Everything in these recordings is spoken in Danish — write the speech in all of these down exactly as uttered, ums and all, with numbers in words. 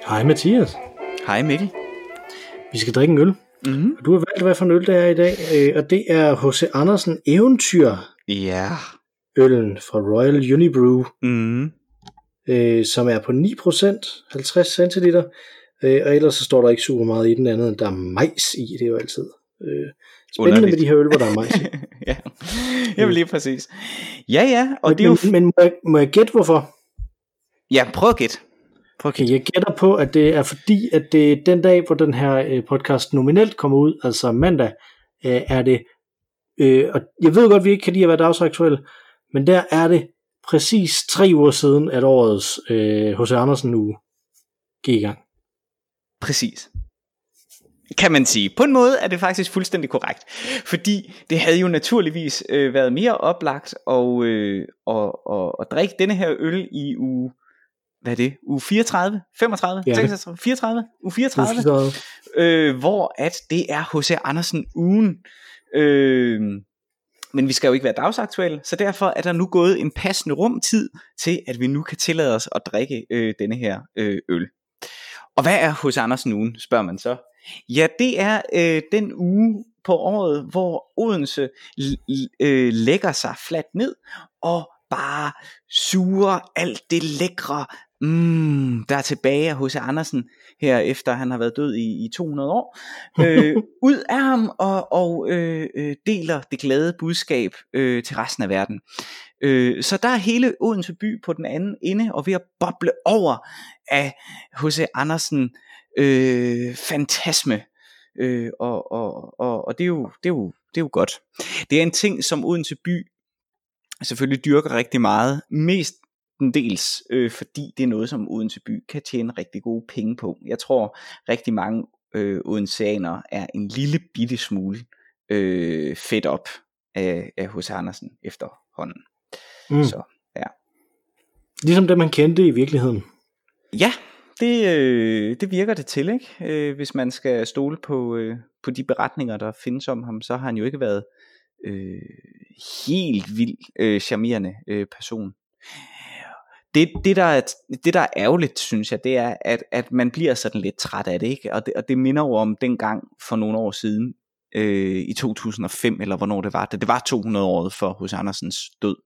Hej Mathias. Hej Mikkel. Vi skal drikke en øl. Mm-hmm. Du har valgt, hvad for en øl det er i dag, og det er H C Andersen Eventyr. Ja. Øllen fra Royal Unibrew, Mm. øh, som er på ni procent, halvtreds centiliter, øh, og ellers så står der ikke super meget i den andet, end der er majs i. Det er jo altid øh, spændende Underligt. Med de her øl, hvor der er majs i. Ja, jeg vil lige præcis. Ja, ja, og men, det er jo... Men, men må, jeg, må jeg gætte hvorfor? Ja, prøv at gætte. Prøv at gætte. Jeg gætter på, at det er fordi, at det er den dag, hvor den her podcast nominelt kommer ud, altså mandag, øh, er det, øh, og jeg ved godt, at vi ikke kan lide at være dagsaktuelle, men der er det præcis tre uger siden, at årets øh, H C Andersen uge gik i gang. Præcis. Kan man sige. På en måde er det faktisk fuldstændig korrekt. Fordi det havde jo naturligvis øh, været mere oplagt at, øh, og, og, at drikke denne her øl i uge, hvad er det? Uge fireogtredive? femogtredive? Ja. seksogtredive? fireogtredive? Uge fireogtredive? fireogtredive. Øh, hvor at det er H C Andersen ugen. Øh, men vi skal jo ikke være dagsaktuelle, så derfor er der nu gået en passende rumtid til, at vi nu kan tillade os at drikke øh, denne her øh, øl. Og hvad er H C Andersen ugen, spørger man så? Ja, det er øh, den uge på året, hvor Odense l- øh, lægger sig fladt ned og bare suger alt det lækre, mm, der er tilbage af H C Andersen, her efter han har været død i, i to hundrede år, øh, ud af ham og, og øh, deler det glade budskab øh, til resten af verden. Øh, så der er hele Odense by på den anden ende og ved at boble over af H C Andersen øh, fantasme. Øh, og og, og, og det, er jo, det, er jo, det er jo godt. Det er en ting, som Odense by selvfølgelig dyrker rigtig meget, mest en dels øh, fordi det er noget, som Odense by kan tjene rigtig gode penge på. Jeg tror rigtig mange øh, odenseanere er en lille bitte smule øh, fedt op af, af H C Andersen efterhånden. Mm. Så ja. Ligesom det man kendte i virkeligheden. Ja, det, øh, det virker det til, ikke? Øh, hvis man skal stole på, øh, på de beretninger, der findes om ham, så har han jo ikke været øh, helt vild øh, charmerende øh, person. Det, det, der er, det der er ærgerligt, synes jeg, det er, at, at man bliver sådan lidt træt af det, ikke? Og det, og det minder jo om dengang for nogle år siden, øh, i to tusind og fem, eller hvornår det var. Det, det var to hundrede året for H C Andersens død.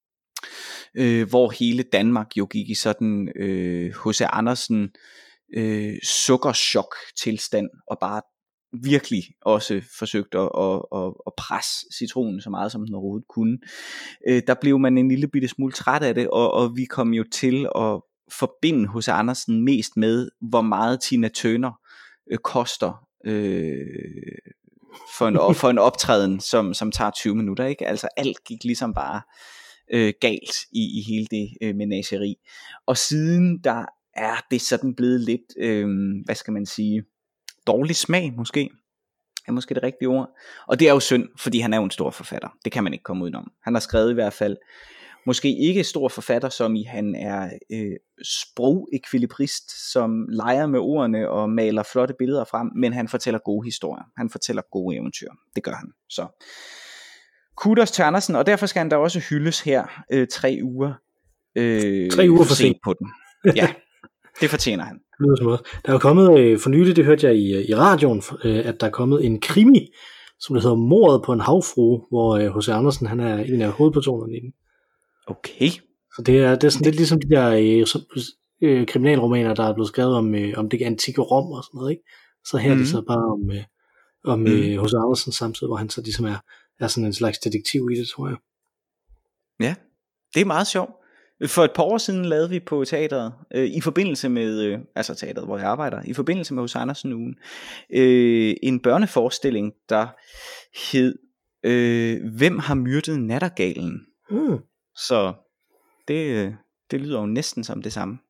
Øh, hvor hele Danmark jo gik i sådan øh, H C Andersen øh, sukkerchok tilstand, og bare virkelig også forsøgt at, at, at, at presse citronen så meget som den overhovedet kunne. Øh, der blev man en lille bitte smule træt af det, og, og vi kom jo til at forbinde H C Andersen mest med, hvor meget Tina Turner øh, koster øh, for, en, for en optræden, som, som tager tyve minutter, ikke? Altså alt gik ligesom bare øh, galt i, i hele det øh, menageri. Og siden der er det sådan blevet lidt, øh, hvad skal man sige, dårlig smag måske, er måske det rigtige ord. Og det er jo synd, fordi han er jo en stor forfatter. Det kan man ikke komme udenom. Han har skrevet i hvert fald, måske ikke stor forfatter, som i han er øh, sprogekvilibrist, som leger med ordene og maler flotte billeder frem, men han fortæller gode historier. Han fortæller gode eventyr. Det gør han. Så kudos til Andersen, og derfor skal han da også hyldes her øh, tre uger. Øh, tre uger for sent på den. Ja, det fortjener han. Der er jo kommet øh, for nylig, det hørte jeg i, i radioen, øh, at der er kommet en krimi, som der hedder Mordet på en havfrue, hvor øh, H C Andersen han er en af hovedpersonerne i den. Okay. Så det er, det er sådan lidt ligesom de der øh, så, øh, kriminalromaner, der er blevet skrevet om, øh, om det antikke Rom og sådan noget, ikke? Så her mm. er det så bare om, øh, om mm. øh, H C Andersen samtidig, hvor han så ligesom er, er sådan en slags detektiv i det, tror jeg. Ja, det er meget sjovt. For et par år siden lavede vi på teateret, øh, i forbindelse med, øh, altså teateret, hvor jeg arbejder, i forbindelse med H C Andersen ugen, øh, en børneforestilling, der hed, øh, Hvem har myrdet nattergalen? Mm. Så det, øh, det lyder jo næsten som det samme.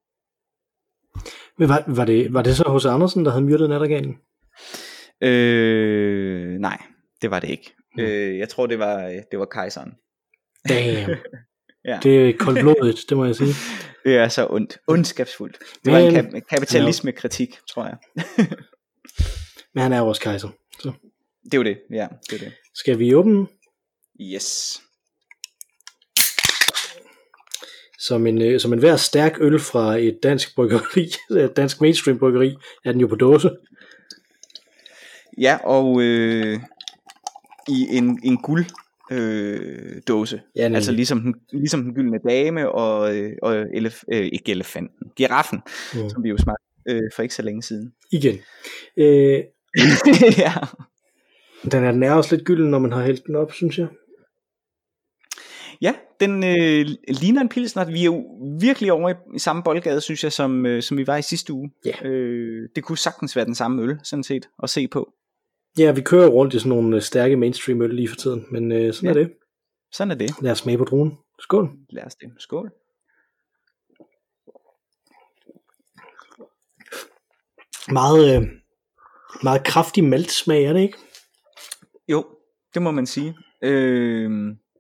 Men var, var, det, var det så H C Andersen, der havde myrdet nattergalen? Øh, nej, det var det ikke. Mm. Øh, jeg tror, det var, det var kejseren. Damn. Ja. Det er koldblodigt, det må jeg sige. Det er så ondt, ondskabsfuldt. Det var en kap- kapitalismekritik, tror jeg. Men han er jo også kejser. Så. Det er jo det, ja, det er det. Skal vi åbne? Yes. Som en, øh, som en hver stærk øl fra et dansk bryggeri, et dansk mainstream bryggeri, er den jo på dåse. Ja, og øh, i en, en guld øh, dåse. Ja, nemlig. Altså ligesom den, ligesom den gyldne dame og, øh, og elef, øh, ikke elefanten, giraffen, mm. som vi jo smagte øh, for ikke så længe siden. Igen. Øh, ja. Den er, den er også lidt gylden, når man har hældt den op, synes jeg. Ja, den øh, ligner en pilsner. Vi er jo virkelig over i, i samme boldgade, synes jeg, som, øh, som vi var i sidste uge. Ja. Øh, det kunne sagtens være den samme øl, sådan set, at se på. Ja, vi kører rundt i sådan nogle stærke mainstream øl lige for tiden, men øh, sådan ja. er det. Sådan er det. Lad os smage på druen. Skål. Lad os det. Skål. Meget, øh, meget kraftig maltsmag, er det ikke? Jo, det må man sige. Øh,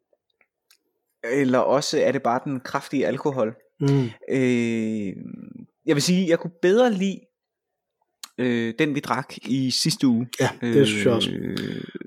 eller også er det bare den kraftige alkohol. Mm. Øh, jeg vil sige, jeg kunne bedre lide øh, den vi drak i sidste uge. Ja, det synes jeg også. Øh,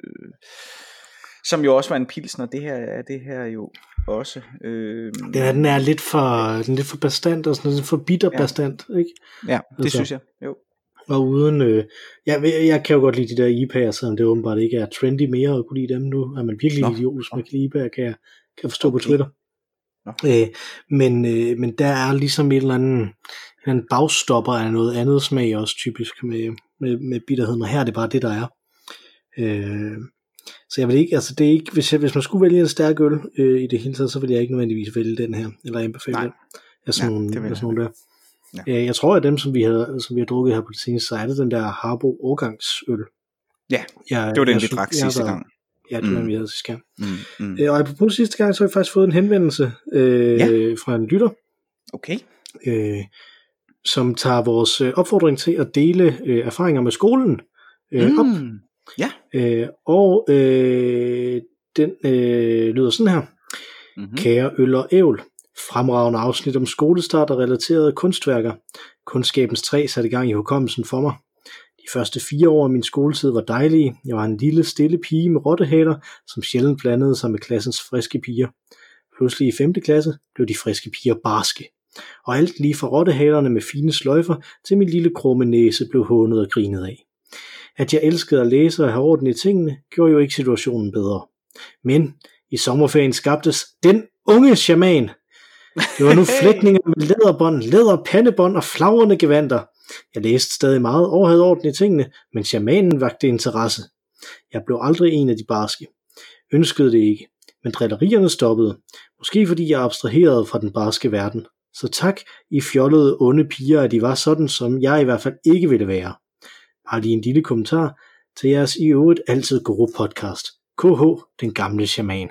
som jo også var en pilsner. Det her er det her jo også. Øh, den, er, den er lidt for, den er lidt for bastant og sådan lidt for bitter ja. bastant, ikke? Ja, det altså. synes jeg. Jo. Og uden, øh, jeg, jeg kan jo godt lide de der I P A'er, selvom det åbenbart ikke er trendy mere at kunne lide dem nu. Er man virkelig idiotisk med I P A'er, kan jeg, kan jeg forstå okay. på Twitter. Øh, men, øh, men der er ligesom et eller andet, en bagstopper af noget andet smag også typisk med, med, med bitterheden, og her er det bare det, der er. Øh, så jeg vil ikke, altså det er ikke, hvis, jeg, hvis man skulle vælge en stærk øl øh, i det hele taget, så vil jeg ikke nødvendigvis vælge den her, eller anbefale den. Af sådan, ja, nogle, af sådan nogle der. Ja. Jeg tror, at dem, som vi har, som vi har drukket her på det seneste, så er det den der Harbo årgangsøl. Ja, jeg, det var den, jeg, vi drak sidste der, gang. Ja, det var mm. den, vi havde sidste gang. Mm. Mm. Øh, og apropos sidste gang, så har vi faktisk fået en henvendelse øh, ja. fra en lytter. Okay. Øh, som tager vores øh, opfordring til at dele øh, erfaringer med skolen øh, mm. op. Ja. Øh, og øh, den øh, lyder sådan her. Mm-hmm. Kære øl og ævl. Fremragende afsnit om skolestart og relaterede kunstværker. Kundskabens træ satte i gang i hukommelsen for mig. De første fire år af min skoletid var dejlige. Jeg var en lille, stille pige med rottehaler, som sjældent blandede sig med klassens friske piger. Pludselig i femte klasse blev de friske piger barske. Og alt lige fra rottehalerne med fine sløjfer til min lille krumme næse blev hånet og grinet af. At jeg elskede at læse og have orden i tingene, gjorde jo ikke situationen bedre. Men i sommerferien skabtes den unge shaman. Det var nu flætninger med læderbånd, læderpandebånd og flagrende gevanter. Jeg læste stadig meget og havde orden i tingene, men shamanen vakte interesse. Jeg blev aldrig en af de barske. Ønskede det ikke, men drillerierne stoppede. Måske fordi jeg abstraherede fra den barske verden. Så tak, I fjollede onde piger, at I var sådan, som jeg i hvert fald ikke ville være. Bare lige en lille kommentar til jeres i øvrigt altid gode podcast. K H, den gamle shaman.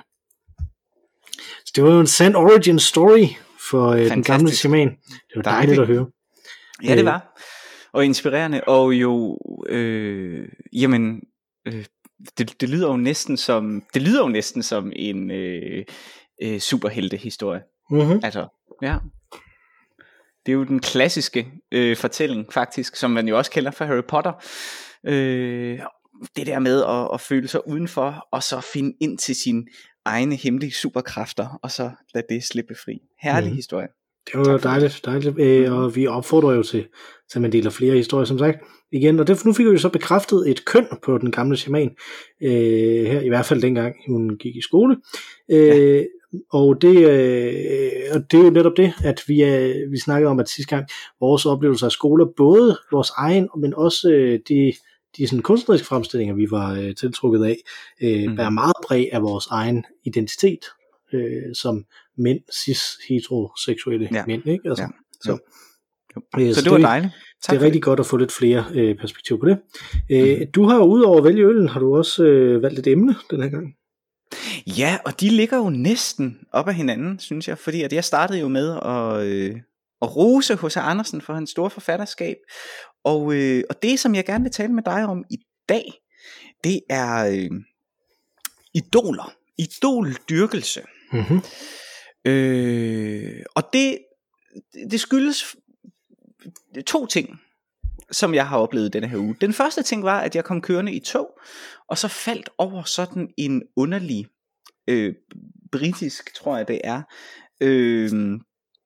Så det var jo en sand origin story for øh, den gamle shaman. Det var dejligt at høre. Ja, det var. Og inspirerende, og jo, øh, jamen, øh, det, det lyder jo næsten som, det lyder jo næsten som en øh, øh, superheltehistorie. Mm-hmm. Altså, ja. Det er jo den klassiske øh, fortælling, faktisk, som man jo også kender fra Harry Potter. Øh, det der med at, at føle sig udenfor, og så finde ind til sine egne hemmelige superkræfter, og så lade det slippe fri. Herlig mm. historie. Det var dejligt, dejligt. Øh, og vi opfordrer jo til, til at man deler flere historier, som sagt. Igen, og det, nu fik vi jo så bekræftet et køn på den gamle shaman, øh, her i hvert fald dengang hun gik i skole. Øh, ja. Og det, øh, og det er jo netop det, at vi, er, vi snakkede om, at sidste gang vores oplevelser af skoler, både vores egen, men også øh, de, de sådan kunstneriske fremstillinger, vi var øh, tiltrukket af, øh, mm. bærer meget præg af vores egen identitet, øh, som mænd, cis-heteroseksuelle ja. mænd, ikke? Altså, ja. så, øh, så, så det var dejligt. Tak det er rigtig det. Godt at få lidt flere øh, perspektiver på det. Øh, mm. Du har jo udover at vælge øllen, har du også øh, valgt et emne den her gang. Ja, og de ligger jo næsten op ad hinanden, synes jeg, fordi at jeg startede jo med at, øh, at rose H C Andersen for hans store forfatterskab, og, øh, og det som jeg gerne vil tale med dig om i dag, det er øh, idoler, idoldyrkelse. Mm-hmm. Øh, og det, det skyldes to ting, som jeg har oplevet denne her uge. Den første ting var, at jeg kom kørende i tog, og så faldt over sådan en underlig, øh, britisk, tror jeg det er, øh,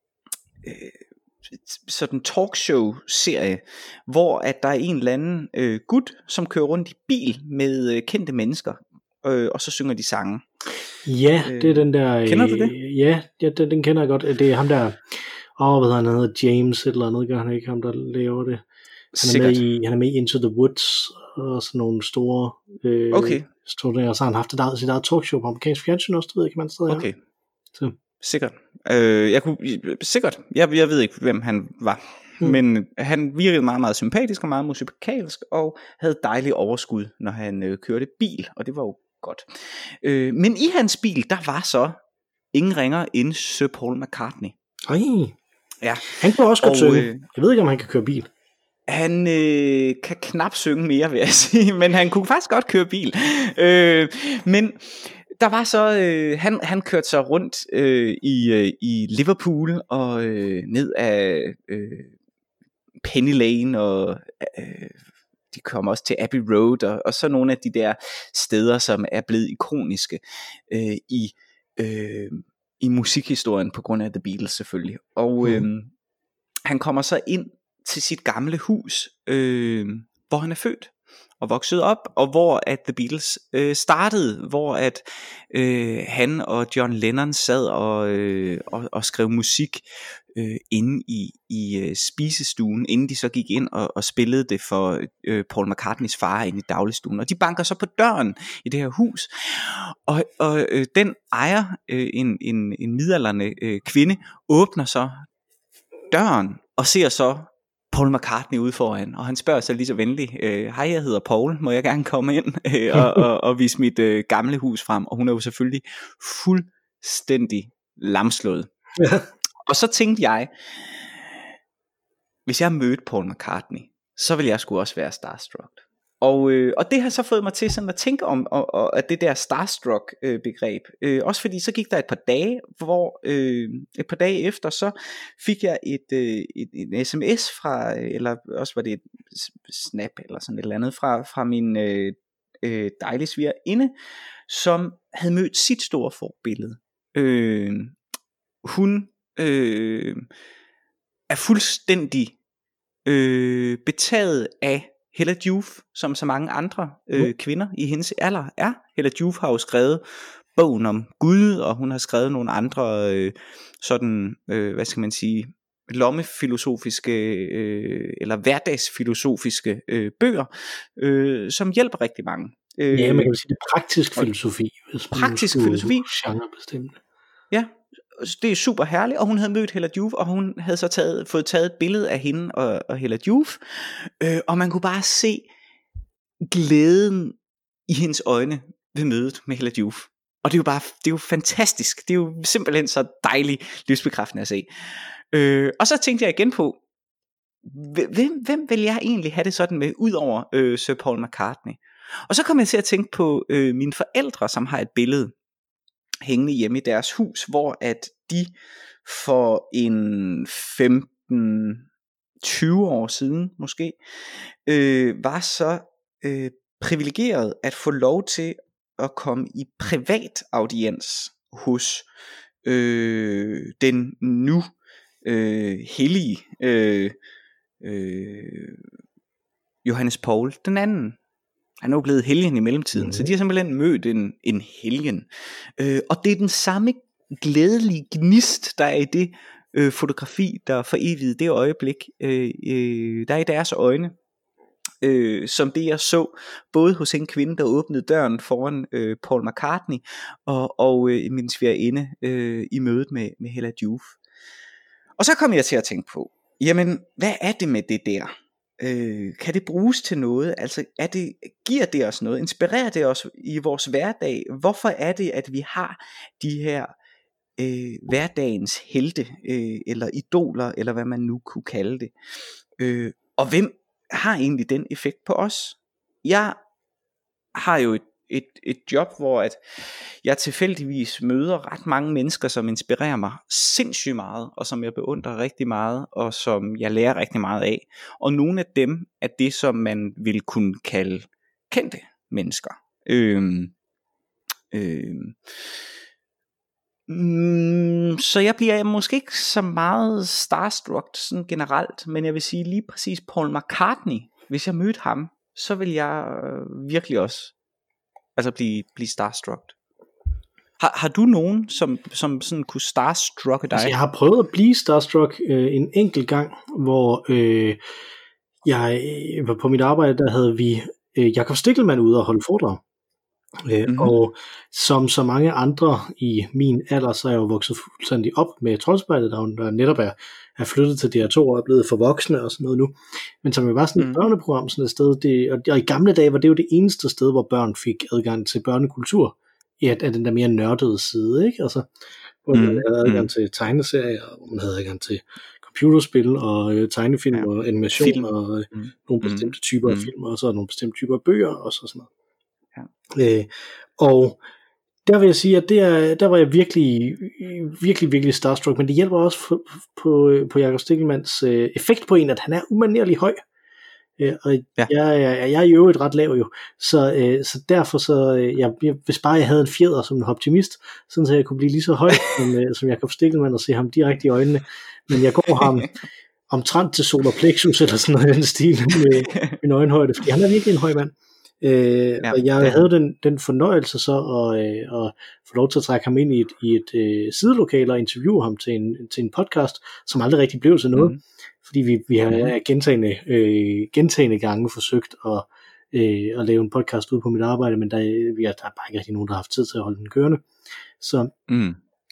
øh, sådan talkshow-serie, hvor at der er en eller anden øh, gut, som kører rundt i bil med øh, kendte mennesker, øh, og så synger de sange. Ja, øh, det er den der... Kender du det? Ja, ja den, den kender jeg godt. Det er ham der... Åh, oh, hvad hedder han, han hedder James et eller andet, gør han ikke ham, der laver det. Han er, med i, han er med i Into the Woods, og sådan nogle store... Øh, okay. Store, og så har han haft et eget, sit eget talkshow på amerikansk fjernsyn også, det ved jeg ikke, man stadig okay. her. Så. Sikkert. Øh, jeg kunne, sikkert. Jeg, jeg ved ikke, hvem han var. Hmm. Men han virkede meget, meget sympatisk og meget musikalsk, og havde dejlig overskud, når han øh, kørte bil, og det var jo godt. Øh, men i hans bil, der var så ingen ringer end Sir Paul McCartney. Ej. Ja. Han kunne også godt synge. Øh, jeg ved ikke, om han kan køre bil. Han øh, kan knap synge mere, vil jeg sige, men han kunne faktisk godt køre bil. Øh, men der var så, øh, han, han kørte så rundt øh, i, øh, i Liverpool og øh, ned af øh, Penny Lane, og øh, de kom også til Abbey Road, og, og så nogle af de der steder, som er blevet ikoniske øh, i, øh, i musikhistorien på grund af The Beatles selvfølgelig. Og øh, mm. han kommer så ind til sit gamle hus, øh, hvor han er født og vokset op, og hvor at The Beatles øh, startede, hvor at øh, han og John Lennon sad og, øh, og, og skrev musik øh, inde i, i øh, spisestuen, inden de så gik ind og, og spillede det for øh, Paul McCartneys far inde i dagligstuen. Og de banker så på døren i det her hus, og, og øh, den ejer, øh, en, en, en midaldrende øh, kvinde, åbner så døren og ser så Paul McCartney ude foran, og han spørger så lige så venligt, hej, jeg hedder Paul, må jeg gerne komme ind øh, og, og, og vise mit øh, gamle hus frem, og hun er jo selvfølgelig fuldstændig lamslået. Ja. Og så tænkte jeg, hvis jeg mødte Paul McCartney, så ville jeg sgu også være starstruck. Og, øh, og det har så fået mig til sådan at tænke om og, og, at det der starstruck øh, begreb, øh, også fordi så gik der et par dage, hvor øh, et par dage efter, så fik jeg et, øh, et, et sms fra, eller også var det et snap eller sådan et eller andet, fra, fra min øh, øh, dejlige svigerinde, som havde mødt sit store forbillede. Øh, hun øh, er fuldstændig øh, betaget af Hella Joof, som så mange andre øh, kvinder i hendes alder er. Hella Joof har jo skrevet bogen om Gud, og hun har skrevet nogle andre øh, sådan, øh, hvad skal man sige, lommefilosofiske øh, eller hverdagsfilosofiske øh, bøger, øh, som hjælper rigtig mange. Øh, ja, man kan sige det er praktisk filosofi. Hvis praktisk filosofi. Genrebestemt. Ja, det er super herligt, og hun havde mødt Hella Joof, og hun havde så taget, fået taget et billede af hende og, og Hella Joof, øh, og man kunne bare se glæden i hendes øjne ved mødet med Hella Joof. Og det er jo bare, det er jo fantastisk, det er jo simpelthen så dejligt livsbekræftende at se. Øh, og så tænkte jeg igen på, hvem, hvem vil jeg egentlig have det sådan med, udover øh, Sir Paul McCartney? Og så kom jeg til at tænke på øh, mine forældre, som har et billede hængende hjemme i deres hus, hvor at de for en femten tyve år siden måske øh, var så øh, privilegeret at få lov til at komme i privat audiens hos øh, den nu øh, hellige øh, øh, Johannes Paul den anden. Han er jo blevet helgen i mellemtiden, mm. så de har simpelthen mødt en, en helgen. Øh, og det er den samme glædelige gnist, der er i det øh, fotografi, der forevigede det øjeblik, øh, øh, der er i deres øjne, øh, som det jeg så, både hos en kvinde, der åbnede døren foran øh, Paul McCartney, og, og øh, min svigerinde øh, i mødet med, med Hella Joof. Og så kom jeg til at tænke på, jamen, hvad er det med det der? Øh, kan det bruges til noget? Altså er det, giver det os noget? Inspirerer det os i vores hverdag? Hvorfor er det at vi har de her øh, hverdagens helte øh, eller idoler, eller hvad man nu kunne kalde det? Øh, og hvem har egentlig den effekt på os? Jeg har jo et, et, et job, hvor at jeg tilfældigvis møder ret mange mennesker, som inspirerer mig sindssygt meget, og som jeg beundrer rigtig meget, og som jeg lærer rigtig meget af. Og nogle af dem er det, som man vil kunne kalde kendte mennesker. Øhm, øhm, Mm, så jeg bliver måske ikke så meget starstruck sådan generelt, men jeg vil sige lige præcis Paul McCartney, hvis jeg mødte ham, så vil jeg øh, virkelig også altså blive, blive starstruck. Har, har du nogen, som, som sådan kunne starstrucke dig? Altså, jeg har prøvet at blive starstruck øh, en enkelt gang, hvor øh, jeg var på mit arbejde, der havde vi øh, Jakob Stikkelmann ude og holde foredrag. Øh, mm-hmm. Og som så mange andre i min alder, så er jeg jo vokset fuldstændig op med Troldspejlet, der, der netop er, er flyttet til D R to og er blevet for voksne og sådan noget nu. Men som jo var sådan et mm. børneprogram sådan et sted, det, og, og i gamle dage var det jo det eneste sted, hvor børn fik adgang til børnekultur, i at, at den der mere nørdede side, ikke? Altså, hvor mm. man havde adgang til tegneserier, hvor man havde adgang til computerspil og øh, tegnefilm ja. og animation film. og øh, mm. nogle bestemte typer mm. af film, og så nogle bestemte typer af bøger og så sådan noget. Ja. Øh, og der vil jeg sige, at det er, der var jeg virkelig, virkelig, virkelig starstruck, men det hjælper også på, på, på Jakob Stikkelmanns øh, effekt på en, at han er umanerlig høj. Øh, og ja. jeg, jeg, jeg er jo et ret lav jo, så, øh, så derfor så, øh, jeg, jeg, hvis bare jeg havde en fjeder som en optimist, sådan så jeg kunne blive lige så høj som, øh, som Jakob Stikkelmann og se ham direkte i øjnene, men jeg går ham omtrent til solar plexus eller sådan noget i den stil med min øjenhøjde, fordi han er virkelig en høj mand. Øh, ja, og jeg det. havde den, den fornøjelse så at, øh, at få lov til at trække ham ind i et, i et øh, sidelokale og interviewe ham til en, til en podcast, som aldrig rigtig blev til noget, mm. fordi vi, vi har mm. gentagende, øh, gentagende gange forsøgt at, øh, at lave en podcast ude på mit arbejde, men der, vi har, der er bare ikke rigtig nogen, der har haft tid til at holde den kørende. Så mm.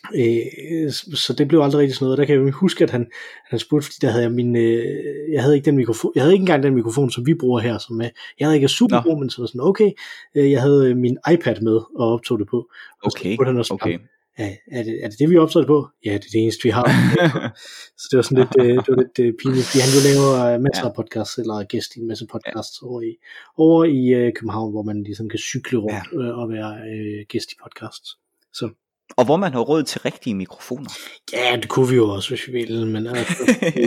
Øh, så det blev aldrig rigtig sådan noget. Der kan jeg jo huske, at han, han spurgte, fordi der havde jeg min øh, jeg havde ikke den mikrofon, jeg havde ikke engang den mikrofon, som vi bruger her, som er, jeg havde ikke super god, men så var sådan, okay, øh, jeg havde min iPad med og optog det på. Og okay, så han også, okay. Ja, er, det, er det det, vi optog det på? Ja, det er det eneste, vi har. Så det var sådan lidt, øh, det var lidt øh, pinligt, fordi han jo laver masser ja. af podcasts, eller gæst i en masse podcasts ja. over i, over i øh, København, hvor man ligesom kan cykle rundt ja. øh, og være øh, gæst i podcasts. Så og hvor man har råd til rigtige mikrofoner. Ja, det kunne vi jo også, hvis vi ville, men altså,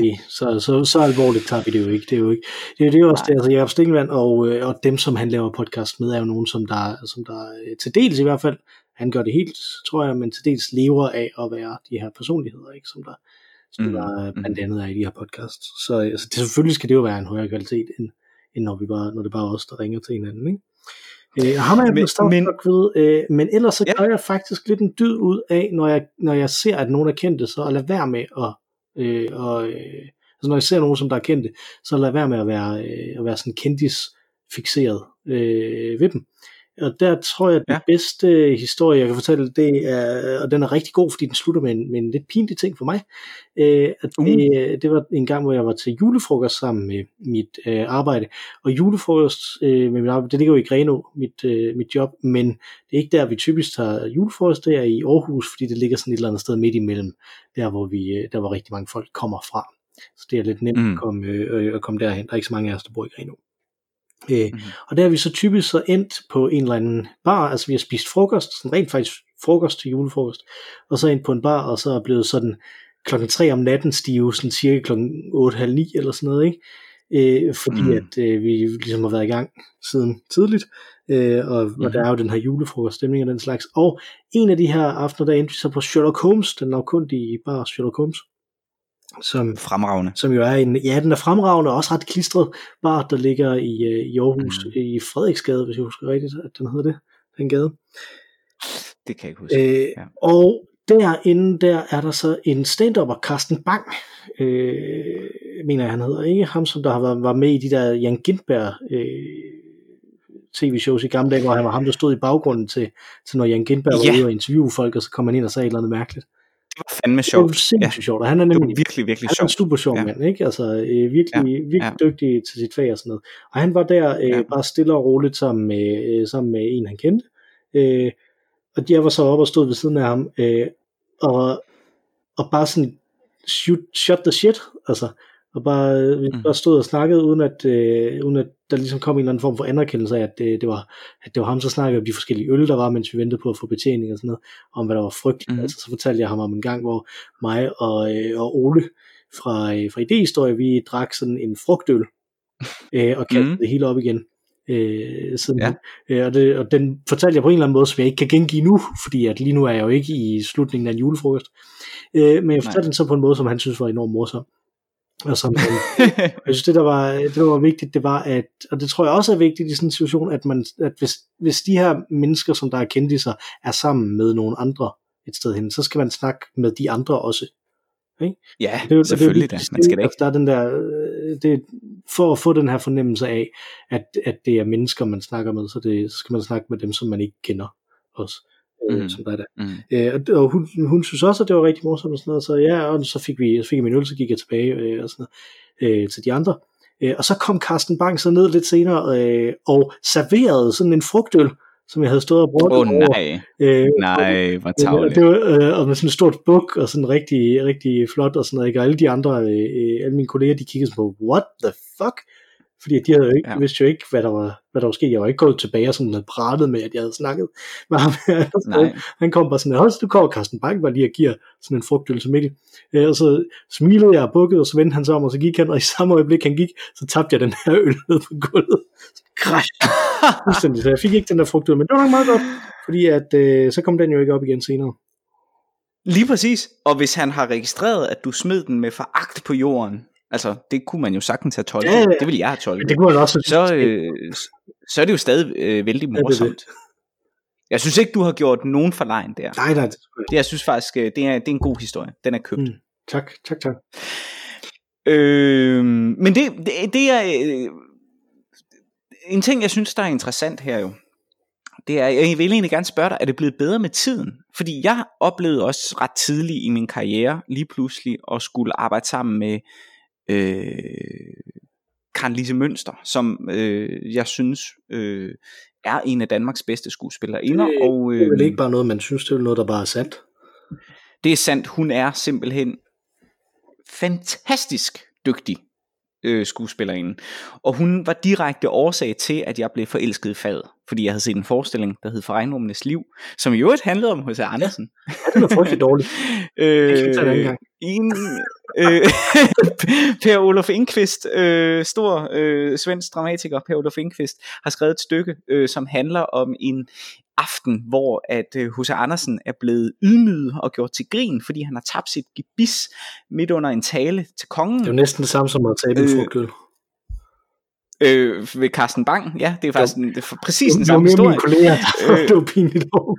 så, så, så alvorligt tager vi det jo ikke. Det er jo ikke. Det er, det er jo også det, altså Jakob Stikkelmann og, og dem, som han laver podcast med, er jo nogen, som der, som der til dels i hvert fald, han gør det helt, tror jeg, men til dels lever af at være de her personligheder, ikke, som der, som mm. der blandt andet er i de her podcasts. Så altså, det, selvfølgelig skal det jo være en højere kvalitet, end, end når, vi bare, når det bare er os, der ringer til hinanden, ikke? Øh, har man men, men, ved, øh, men ellers så gør ja. jeg faktisk lidt en dyd ud af, når jeg, når jeg ser, at nogen er kendte, så at lade være med at, øh, og, øh, altså når jeg ser nogen, som der er kendte, så lade være med at være, øh, at være sådan kendis-fixeret øh, ved dem. Og der tror jeg, at den ja. bedste historie, jeg kan fortælle, det er, og den er rigtig god, fordi den slutter med en, med en lidt pinlig ting for mig. Øh, at det, uh. det var en gang, hvor jeg var til julefrokost sammen med mit øh, arbejde. Og julefrokost øh, med mit arbejde, det ligger jo i Grenaa, mit, øh, mit job, men det er ikke der, vi typisk tager julefrokost, det er i Aarhus, fordi det ligger sådan et eller andet sted midt imellem, der hvor, vi, der hvor rigtig mange folk kommer fra. Så det er lidt nemt mm. at, komme, øh, at komme derhen. Der er ikke så mange af os, der bor i Grenaa. Øh, mm-hmm. Og der er vi så typisk så endt på en eller anden bar, altså vi har spist frokost, sådan rent faktisk frokost til julefrokost, og så ind på en bar, og så er blevet sådan klokken tre om natten stive, sådan cirka klokken otte, halv ni eller sådan noget, ikke? Øh, fordi mm. at øh, vi ligesom har været i gang siden tidligt, øh, og, mm. og der er jo den her julefrokoststemning og den slags, og en af de her aftener, der endte vi så på Sherlock Holmes, den navnkundige bar Sherlock Holmes, som, fremragende. Som jo er en, ja, den er fremragende, og også ret klistret bar, der ligger i, i Aarhus, mm. i Frederiksgade, hvis jeg husker rigtigt, at den hedder det, den gade. Det kan jeg ikke huske. Øh, ja. Og derinde, der er der så en stand-upper, Carsten Bang, øh, mener jeg han hedder, ikke? Ham, som der har været, var med i de der Jan Gintberg øh, tv-shows i gamle dage, hvor han var ham, der stod i baggrunden til, til når Jan Gintberg ja. var ude og interviewe folk, og så kom han ind og sagde et eller andet mærkeligt. Det var fandme sjovt. Det var sindssygt ja. sjovt, og han er nemlig virkelig, virkelig han er en super sjov ja. mand, ikke? Altså øh, virkelig, ja. virkelig ja. dygtig til sit fag og sådan noget. Og han var der øh, ja. bare stille og roligt sammen med, øh, sammen med en, han kendte. Øh, og jeg var så oppe og stod ved siden af ham, øh, og, og bare sådan shoot, shut the shit, altså. Og bare, vi bare stod og snakkede, uden at, øh, uden at der ligesom kom en eller anden form for anerkendelse af, at det, det, var, at det var ham, så snakkede om de forskellige øl, der var, mens vi ventede på at få betjening og sådan noget, om hvad der var frygteligt. Mm. Altså, så fortalte jeg ham om en gang, hvor mig og, øh, og Ole fra, øh, fra Idehistorie, vi drak sådan en frugtøl, øh, og kastede mm. det hele op igen. øh, siden ja. øh, og, det, og den fortalte jeg på en eller anden måde, som jeg ikke kan gengive nu, fordi at lige nu er jeg jo ikke i slutningen af en julefrokost, øh, men jeg fortalte Nej. den så på en måde, som han synes var enormt morsom. Og som han, jeg synes det der var det der var vigtigt, det var at, og det tror jeg også er vigtigt i sådan en situation, at man at hvis, hvis de her mennesker, som der er kendiser, er sammen med nogle andre et sted hen, så skal man snakke med de andre også. Ikke? Ja, det, selvfølgelig det, det, man skal det ikke. Der er den der, det, for at få den her fornemmelse af, at, at det er mennesker, man snakker med, så, det, så skal man snakke med dem, som man ikke kender også. Mm. Som der er der. Mm. Øh, og, og hun, hun synes også, at det var rigtig morsomt og sådan noget, så ja, og så fik vi så fik jeg min øl, så gik jeg tilbage øh, og sådan noget, øh, til de andre. Øh, og så kom Carsten Bang så ned lidt senere øh, og serverede sådan en frugtøl, som jeg havde stået og brugt. Åh oh, nej, øh, nej, hvor tavligt. Det var, øh, og med sådan et stort buk, og sådan rigtig, rigtig flot, og sådan noget, ikke? Og alle de andre, øh, alle mine kolleger, de kiggede på, what the fuck? Fordi de havde jo ikke, ja. vidste jo ikke, hvad der var, hvad der var sket. Jeg var ikke gået tilbage og sådan havde pratet med, at jeg havde snakket med ham. Han kom bare sådan, hold, du kommer Carsten Bang, bare lige og giver sådan en frugtøl til Mikkel. Og så smilede jeg og bukkede, og så vendte han sig om, og så gik han, og i samme øjeblik han gik, så tabte jeg den her øl ned på gulvet. Crash! Fuldstændig, så jeg fik ikke den der frugtøl, men det var nok meget godt, fordi at, øh, så kom den jo ikke op igen senere. Lige præcis, og hvis han har registreret, at du smed den med foragt på jorden, altså, det kunne man jo sagtens have tolket. Ja, ja. Det ville jeg have tolket. Det kunne man også. Så, øh, så er det jo stadig øh, vældig morsomt. Ja, det det. Jeg synes ikke, du har gjort nogen forlegen der. Nej, nej. Det, jeg synes faktisk, det er, det er en god historie. Den er købt. Mm. Tak, tak, tak. Øh, men det, det, det er øh, en ting, jeg synes, der er interessant her jo. Det er, jeg vil egentlig gerne spørge dig, er det blevet bedre med tiden? Fordi jeg oplevede også ret tidligt i min karriere, lige pludselig, at skulle arbejde sammen med Øh, Karen Lise Mønster, som øh, jeg synes øh, er en af Danmarks bedste skuespillerinder. Det, og, øh, det er vel ikke bare noget, man synes, det er noget, der bare er sandt? Det er sandt. Hun er simpelthen fantastisk dygtig øh, skuespillerinde. Og hun var direkte årsag til, at jeg blev forelsket i faget. Fordi jeg havde set en forestilling, der hed For Regnrummenes Liv, som i øvrigt handlede om H C Andersen. Ja, det var frygtelig dårligt. øh, det skal vi tage en øh, Per Olof Enquist, øh, stor øh, svensk dramatiker, Per Olof Enquist, har skrevet et stykke, øh, som handler om en aften, hvor at H C Andersen er blevet ydmyget og gjort til grin, fordi han har tabt sit gebis midt under en tale til kongen. Det er jo næsten det samme som at tabe en frugtøl. Øh, ved Carsten Bang, ja, det er faktisk en, det er præcis den samme historie. Det var mere mine kolleger, det var pinligt over.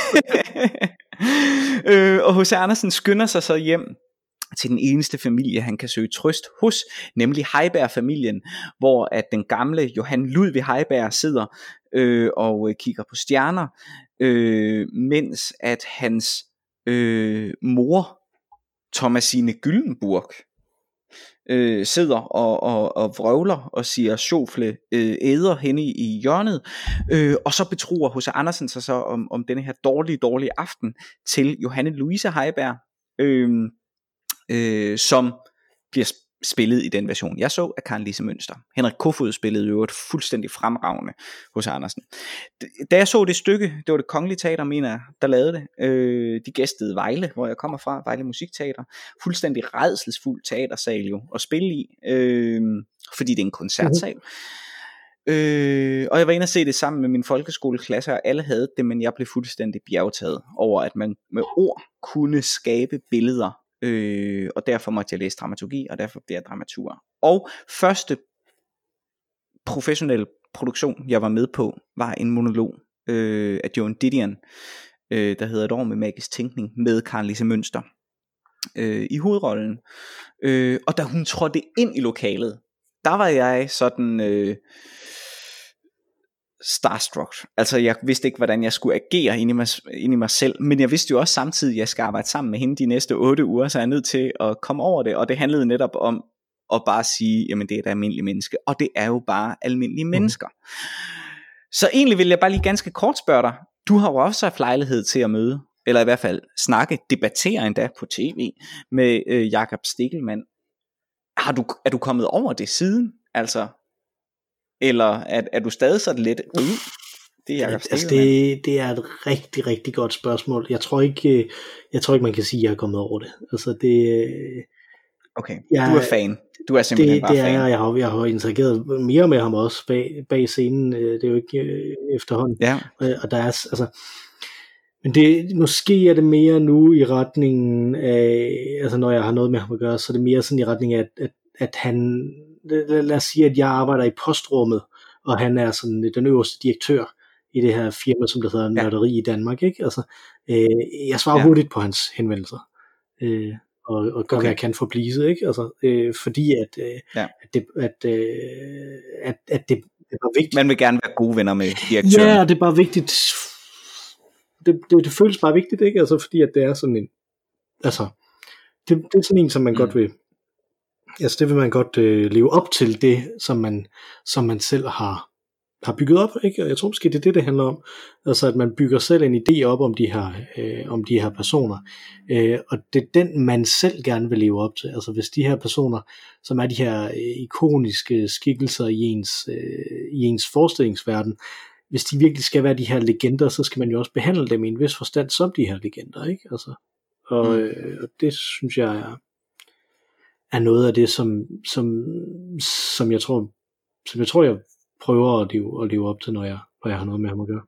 øh, og H C Andersen skynder sig så hjem til den eneste familie, han kan søge trøst hos, nemlig Heiberg-familien, hvor at den gamle Johan Ludvig Heiberg sidder øh, og øh, kigger på stjerner, øh, mens at hans øh, mor, Thomasine Gyllenburg, øh, sidder og, og, og vrøvler og siger sjofle øh, æder henne i hjørnet, øh, og så betror H C Andersen sig så om, om denne her dårlige, dårlige aften til Johanne Louise Heiberg, øh, øh, som bliver spillet i den version jeg så af Karen Lise Mønster. Henrik Kofod spillede jo et fuldstændig fremragende hos Andersen. Da jeg så det stykke, det var Det Kongelige Teater, mener jeg, der lavede det. Øh, de gæstede Vejle, hvor jeg kommer fra, Vejle Musikteater. Fuldstændig rædselsfuld teatersal jo at spille i, øh, fordi det er en koncertsal. Mm-hmm. Øh, og jeg var inde og se det sammen med min folkeskoleklasse, og alle havde det, men jeg blev fuldstændig bjergtaget over, at man med ord kunne skabe billeder. Øh, og derfor måtte jeg læse dramaturgi, og derfor blev jeg dramaturg. Og første professionelle produktion, jeg var med på, var en monolog øh, af Joan Didion, øh, der hedder Et år med magisk tænkning, med Karen Lise Mønster øh, i hovedrollen. Øh, og da hun trådte ind i lokalet, der var jeg sådan øh, starstruck. Altså jeg vidste ikke, hvordan jeg skulle agere ind i, mig, ind i mig selv, men jeg vidste jo også samtidig, at jeg skal arbejde sammen med hende de næste otte uger, så jeg er nødt til at komme over det, og det handlede netop om at bare sige, jamen det er et almindeligt menneske, og det er jo bare almindelige mm. mennesker. Så egentlig vil jeg bare lige ganske kort spørge dig, du har jo også haft lejlighed til at møde, eller i hvert fald snakke, debattere endda på tv med øh, Jakob Stegelmann. Har du, er du kommet over det siden? Altså, eller er, er du stadig sådan lidt uh, det er Jakob Stegelmann? Altså det, det er et rigtig, rigtig godt spørgsmål. Jeg tror ikke, jeg tror ikke man kan sige, at jeg er kommet over det. Altså det... Okay, jeg, du er fan. Du er simpelthen det, bare det fan. er jeg. Jeg har, jeg har interageret mere med ham også bag, bag scenen. Det er jo ikke øh, efterhånden. Ja. Og, og der er, altså, men det, måske er det mere nu i retningen af, altså når jeg har noget med ham at gøre, så er det mere sådan i retning af, at, at, at han, lad os sige, at jeg arbejder i postrummet, og han er sådan den øverste direktør i det her firma, som der hedder Nørderi ja. i Danmark, ikke? Altså, øh, jeg svarer ja. hurtigt på hans henvendelser, øh, og, og gør, okay. hvad jeg kan for please, ikke? Altså, øh, fordi at, øh, ja. at, det, at, øh, at, at det, det var vigtigt. Man vil gerne være gode venner med direktøren. Ja, det er bare vigtigt. Det, det, det føles bare vigtigt, ikke? Altså, fordi at det er sådan en, altså, det, det er sådan en, som man mm. godt vil, altså det vil man godt øh, leve op til det, som man, som man selv har, har bygget op, ikke? Og jeg tror måske, det er det, det handler om. Altså, at man bygger selv en idé op om de her, øh, om de her personer. Øh, og det er den, man selv gerne vil leve op til. Altså, hvis de her personer, som er de her øh, ikoniske skikkelser i ens, øh, i ens forestillingsverden, hvis de virkelig skal være de her legender, så skal man jo også behandle dem i en vis forstand som de her legender, ikke? Altså, og, øh, og det synes jeg er, er noget af det, som, som, som jeg tror, som jeg tror, jeg prøver at leve, at leve op til, når jeg, når jeg har noget med ham at gøre.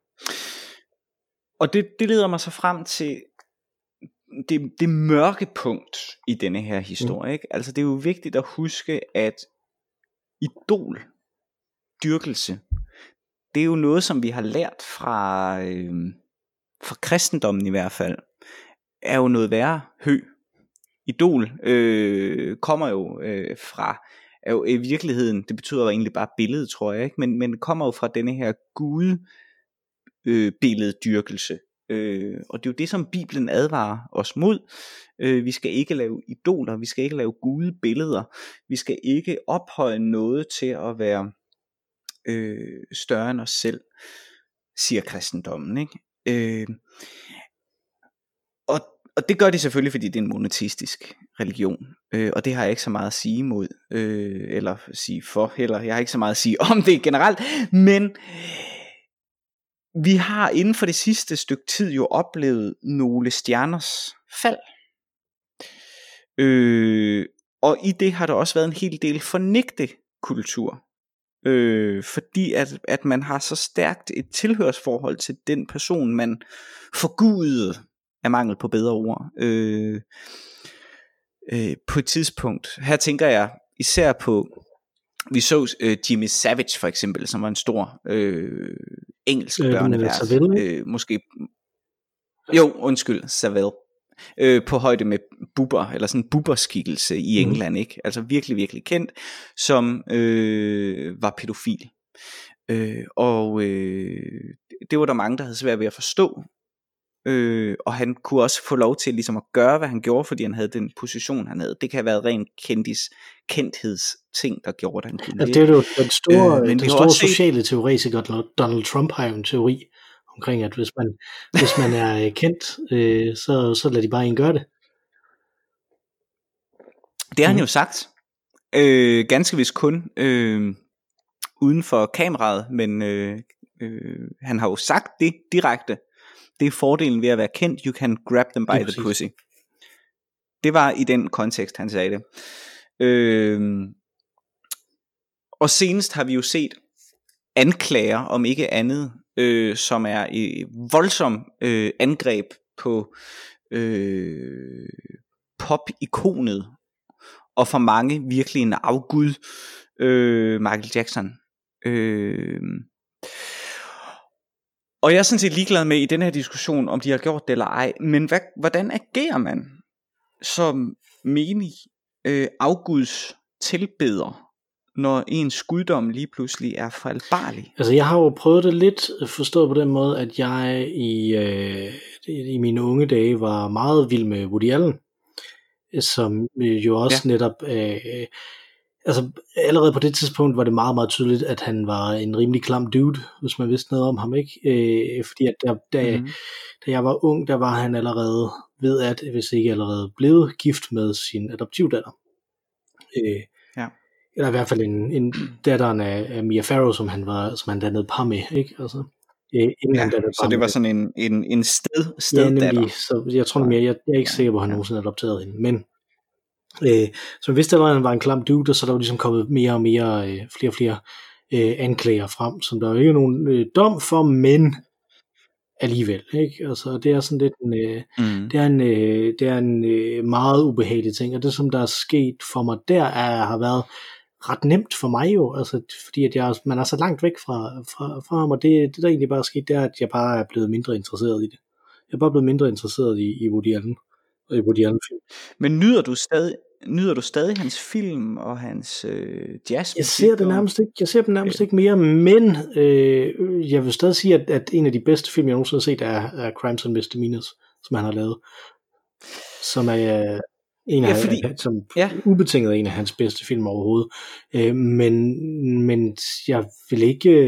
Og det, det leder mig så frem til det, det mørke punkt i denne her historie, mm. ikke? Altså det er jo vigtigt at huske, at idol dyrkelse, det er jo noget, som vi har lært fra, øh, fra kristendommen i hvert fald, er jo noget værre hø. Idol øh, kommer jo øh, fra, er jo i virkeligheden, det betyder jo egentlig bare billede, tror jeg, ikke? Men, men kommer jo fra denne her Gud øh, billeddyrkelse. Øh, og det er jo det, som Bibelen advarer os mod. Øh, vi skal ikke lave idoler, vi skal ikke lave gudebilleder, vi skal ikke ophøje noget til at være øh, større end os selv, siger kristendommen, ikke? Øh, og, og det gør de selvfølgelig, fordi det er en monoteistisk religion, øh, og det har jeg ikke så meget at sige mod, øh, eller sige for heller, jeg har ikke så meget at sige om det generelt, men vi har inden for det sidste stykke tid jo oplevet nogle stjerners fald, øh, og i det har der også været en hel del fornægte kultur, øh, fordi at, at man har så stærkt et tilhørsforhold til den person, man forgudede, af mangel på bedre ord, øh, øh, på et tidspunkt. Her tænker jeg især på, vi så øh, Jimmy Savage for eksempel, som var en stor øh, engelsk øh, børneværs, øh, måske, jo undskyld, Savile, øh, på højde med Bubber, eller sådan en Bubber-skikkelse i England, mm. ikke? Altså virkelig, virkelig kendt, som øh, var pædofil. Øh, og øh, det var der mange, der havde svært ved at forstå, øh, og han kunne også få lov til ligesom at gøre, hvad han gjorde, fordi han havde den position, han havde. Det kan have været ren kendis, kendthedsting, der gjorde, at han kunne. Altså, det er jo den store, øh, den store sociale set... teoretiker, Donald Trump har jo en teori omkring, at hvis man, hvis man er kendt, øh, så, så lader de bare en gøre det. Det har han jo sagt. Øh, ganske vist kun øh, uden for kameraet, men øh, øh, han har jo sagt det direkte. Det er fordelen ved at være kendt. You can grab them by the præcis. Pussy. Det var i den kontekst, han sagde det. Øh, og senest har vi jo set anklager, om ikke andet, øh, som er et voldsomt øh, angreb på øh, pop-ikonet, og for mange virkelig en afgud, øh, Michael Jackson. Øh, og jeg er sådan set ligeglad med i den her diskussion, om de har gjort det eller ej, men hvad, hvordan agerer man som menig øh, afguds tilbeder, når ens guddom lige pludselig er fejlbarlig? Altså jeg har jo prøvet det lidt forstået på den måde, at jeg i, øh, i mine unge dage var meget vild med Woody Allen, som jo også ja. netop øh, altså allerede på det tidspunkt var det meget meget tydeligt, at han var en rimelig klam dude, hvis man vidste noget om ham, ikke? Øh, fordi at der, da, mm-hmm. da jeg var ung, der var han allerede ved at, hvis ikke allerede blevet gift med sin adoptivdatter. Øh, ja. Eller i hvert fald en, en datteren af, af Mia Farrow, som han var, som han dannede par med, ikke? Altså, øh, ja, så det var sådan en, en, en sted, sted ja, nemlig, så jeg tror nemlig, jeg, jeg er ikke ja, sikker på, at han ja. nogensinde adopterede hende, men Øh, så man vidste, at han var en klam dude, og så er der jo ligesom kommet mere og mere, øh, flere og flere øh, anklager frem, som der er jo ikke nogen øh, dom for, men alligevel, ikke? Altså, det er sådan lidt en, øh, mm. det er en, øh, det er en øh, meget ubehagelig ting, og det som der er sket for mig der, er, har været ret nemt for mig jo, altså, fordi at jeg, man er så langt væk fra, fra, fra ham, og det, det der egentlig bare er sket, det er, at jeg bare er blevet mindre interesseret i det. Jeg er bare blevet mindre interesseret i, i Woody Allen, og i Woody Allen film. Men nyder du stadig, nyder du stadig hans film og hans øh, jazzmusik? Jeg ser det nærmest ikke, jeg ser dem nærmest ikke mere, men øh, jeg vil stadig sige, at, at en af de bedste film, jeg nogensinde har set, er, er Crimes and Misdemeanors, som han har lavet, som er øh, en af, ja, fordi, som ja. ubetinget er en af hans bedste film overhovedet. Øh, men, men jeg vil ikke...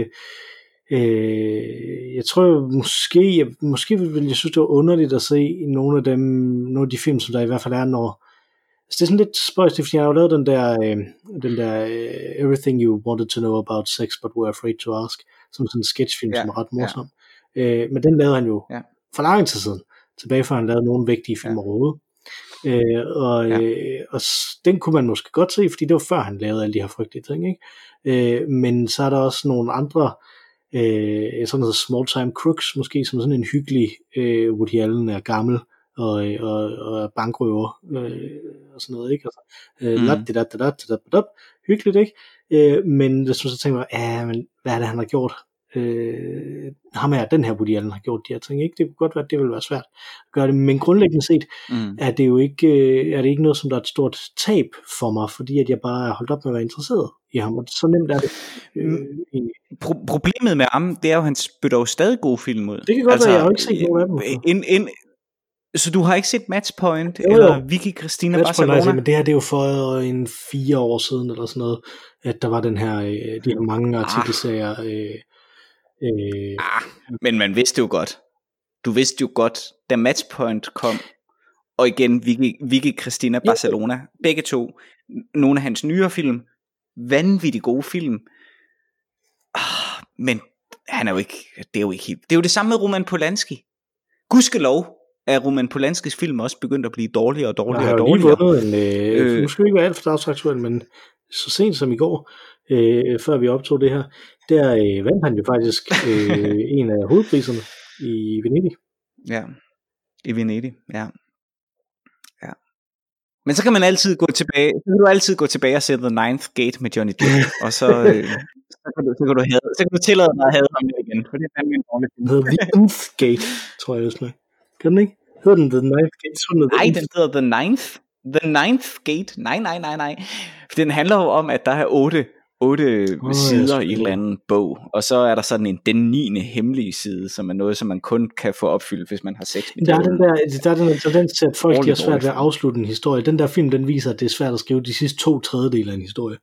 Øh, jeg tror måske, jeg, måske vil jeg synes, det var underligt at se nogle af dem, nogle af de film, som der i hvert fald er, når altså, det er sådan lidt spøjst, fordi jeg har jo lavet den der, øh, den der uh, Everything You Wanted to Know About Sex But Were Afraid to Ask, som sådan en sketchfilm, ja, som er ret morsom. Ja. Øh, men den lavede han jo ja. for lang tid siden, tilbage før han lavede nogle vigtige film ja. overhovedet. Øh, og, ja. øh, og den kunne man måske godt se, fordi det var før han lavede alle de her frygtelige ting, ikke? Øh, men så er der også nogle andre, øh, sådan noget Small Time Crooks, måske som sådan en hyggelig øh, Woody Allen er gammel, og, og, og bankrøver øh, og sådan noget, ikke? Altså, øh, mm. lat, dat, dat, dat, dat, hyggeligt, ikke? Øh, men hvis man så tænker, ja, men hvad er det, han har gjort? Øh, ham her, den her Woody Allen har gjort de her ting, ikke? Det kunne godt være, at det ville være svært at gøre det, men grundlæggende set mm. er det jo ikke, er det ikke noget, som der er et stort tab for mig, fordi at jeg bare er holdt op med at være interesseret i ham, og så nemt er det. Øh, Pro- problemet med ham, det er jo, at han spytter jo stadig gode film ud. Det kan godt altså, være, jeg har ikke set nogen af dem. En, en, så du har ikke set Matchpoint, jo, eller Vicky Cristina Barcelona? Altså, men det her, det er jo for en fire år siden, eller sådan noget, at der var den her, de her mange artikelserier. Ah. Øh, øh, ah, men man vidste jo godt, du vidste jo godt, da Matchpoint kom, og igen Vicky, Vicky Cristina Barcelona, ja. Begge to, nogle af hans nyere film, vanvittigt gode film, ah, men han er jo ikke, det er jo ikke helt, det er jo det samme med Roman Polanski. Gudskelov er Roman Polanskis film også begyndt at blive dårligere og dårligere og dårligere. Jeg har jo lige vundet en, øh, nu skal vi ikke være alt for dagsaktuel, men så sent som i går, øh, før vi optog det her, der øh, vandt han jo faktisk øh, en af hovedpriserne i Venedig. Ja, i Venedig, ja. ja. Men så kan man altid gå tilbage, så kan du altid gå tilbage og se The Ninth Gate med Johnny Depp, og så, øh, så, kan du, så, kan du have, så kan du tillade dig at have ham igen, for det er fandme en dårlig film. Den hedder The Ninth Gate, tror jeg det er. Kan den ikke? Hedder den The Ninth Gate? Nej, den hedder The Ninth. The Ninth Gate. Nej, nej, nej, nej. For den handler jo om, at der er otte, otte oh, sider i en eller anden bog, og så er der sådan en den niende hemmelige side, som er noget, som man kun kan få opfyldt, hvis man har sex med. Der er den der, der er den der tendens til, at folk de har svært ved at afslutte en historie. Den der film, den viser, at det er svært at skrive de sidste to tredjedele af en historie.